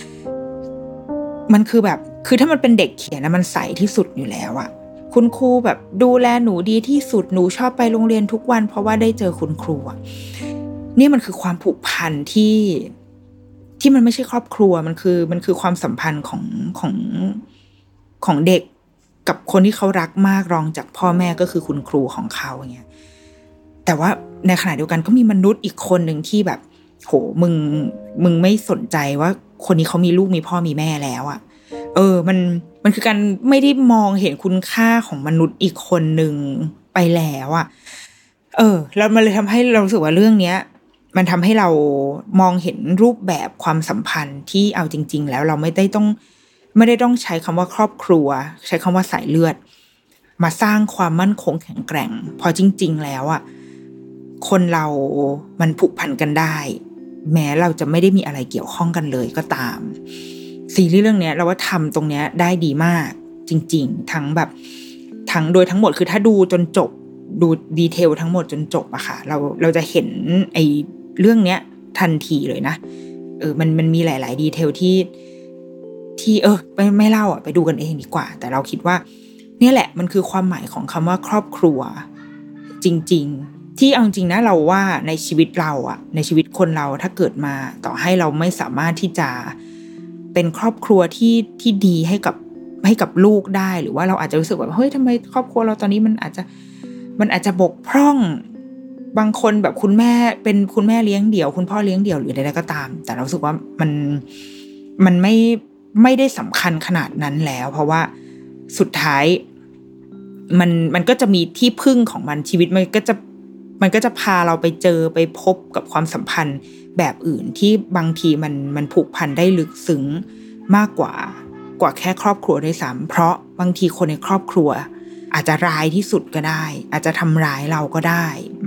มันคือแบบคือถ้ามันเป็นเด็กเขียนนะมันใสที่สุดอยู่แล้วอะคุณครูแบบดูแลหนูดีที่สุดหนูชอบไปโรงเรียนทุกวันเพราะว่าได้เจอคุณครูอะนี่มันคือความผูกพันที่ที่มันไม่ใช่ครอบครัวมันคือมันคือความสัมพันธ์ของของของเด็กกับคนที่เขารักมากรองจากพ่อแม่ก็คือคุณครูของเขาอย่างเงี้ยแต่ว่าในขณะเดียวกันก็มีมนุษย์อีกคนหนึ่งที่แบบโหมึงมึงไม่สนใจว่าคนนี้เขามีลูกมีพ่อมีแม่แล้วอะเออมันมันคือการไม่ได้มองเห็นคุณค่าของมนุษย์อีกคนหนึ่งไปแล้วอะเออแล้วมันเลยทำให้เรารู้สึกว่าเรื่องเนี้ยมันทำให้เรามองเห็นรูปแบบความสัมพันธ์ที่เอาจริงๆแล้วเราไม่ได้ต้องไม่ได้ต้องใช้คำว่าครอบครัวใช้คำว่าสายเลือดมาสร้างความมั่นคงแข็งแกร่งพอจริงๆแล้วอะคนเรามันผูกพันกันได้แม้เราจะไม่ได้มีอะไรเกี่ยวข้องกันเลยก็ตามซีรีส์เรื่องนี้เราว่าทำตรงเนี้ยได้ดีมากจริงๆทั้งแบบทั้งโดยทั้งหมดคือถ้าดูจนจบดูดีเทลทั้งหมดจนจบอะค่ะเราเราจะเห็นไอ้เรื่องเนี้ยทันทีเลยนะเออมันมันมีหลายๆดีเทลที่ที่เออไม่ไม่เล่าอ่ะไปดูกันเองดีกว่าแต่เราคิดว่าเนี่ยแหละมันคือความหมายของคำว่าครอบครัวจริงๆที่เอาจริงนะเราว่าในชีวิตเราอ่ะในชีวิตคนเราถ้าเกิดมาต่อให้เราไม่สามารถที่จะเป็นครอบครัวที่ที่ดีให้กับให้กับลูกได้หรือว่าเราอาจจะรู้สึกว่าเฮ้ยทำไมครอบครัวเราตอนนี้มันอาจจะมันอาจจะบกพร่องบางคนแบบคุณแม่เป็นคุณแม่เลี้ยงเดี่ยวคุณพ่อเลี้ยงเดี่ยวหรืออะไรก็ตามแต่เรารู้สึกว่ามันมันไม่ไม่ได้สำคัญขนาดนั้นแล้วเพราะว่าสุดท้ายมันมันก็จะมีที่พึ่งของมันชีวิตมันก็จะมันก็จะพาเราไปเจอไปพบกับความสัมพันธ์แบบอื่นที่บางทีมันมันผูกพันได้ลึกซึ้งมากกว่ากว่าแค่ครอบครัวด้วยซ้ำเพราะบางทีคนในครอบครัวอาจจะร้ายที่สุดก็ได้อาจจะทำร้ายเราก็ได้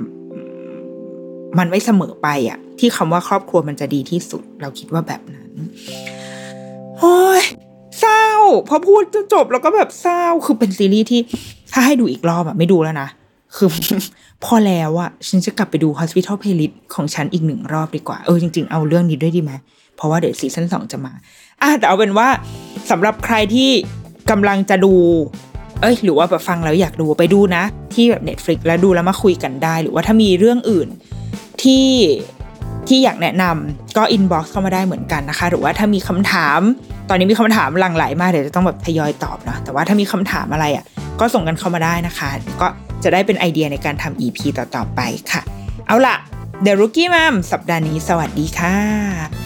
มันไม่เสมอไปอ่ะที่คำว่าครอบครัวมันจะดีที่สุดเราคิดว่าแบบนั้นโอ้ยเศร้าพอพูดจะจบแล้วก็แบบเศร้าคือเป็นซีรีส์ที่ถ้าให้ดูอีกรอบอ่ะไม่ดูแล้วนะคือพอแล้วอ่ะฉันจะกลับไปดู Hospital Playlist ของฉันอีกหนึ่งรอบดีกว่าเออจริงๆเอาเรื่องนี้ด้วยดีไหมเพราะว่าเดี๋ยวซีซั่นสองจะมาอ่ะแต่เอาเป็นว่าสำหรับใครที่กำลังจะดูเอ้ยหรือว่าแบบฟังแล้วอยากดูไปดูนะที่แบบ Netflix แล้วดูแล้วมาคุยกันได้หรือว่าถ้ามีเรื่องอื่นที่ที่อยากแนะนำก็ inbox เข้ามาได้เหมือนกันนะคะหรือว่าถ้ามีคำถามตอนนี้มีคำถามหลั่งไหลมากเดี๋ยวจะต้องแบบทยอยตอบนะแต่ว่าถ้ามีคำถามอะไรอ่ะก็ส่งกันเข้ามาได้นะคะก็จะได้เป็นไอเดียในการทำ อี พี ต่อๆไปค่ะเอาล่ะ The Rookie Mom สัปดาห์นี้สวัสดีค่ะ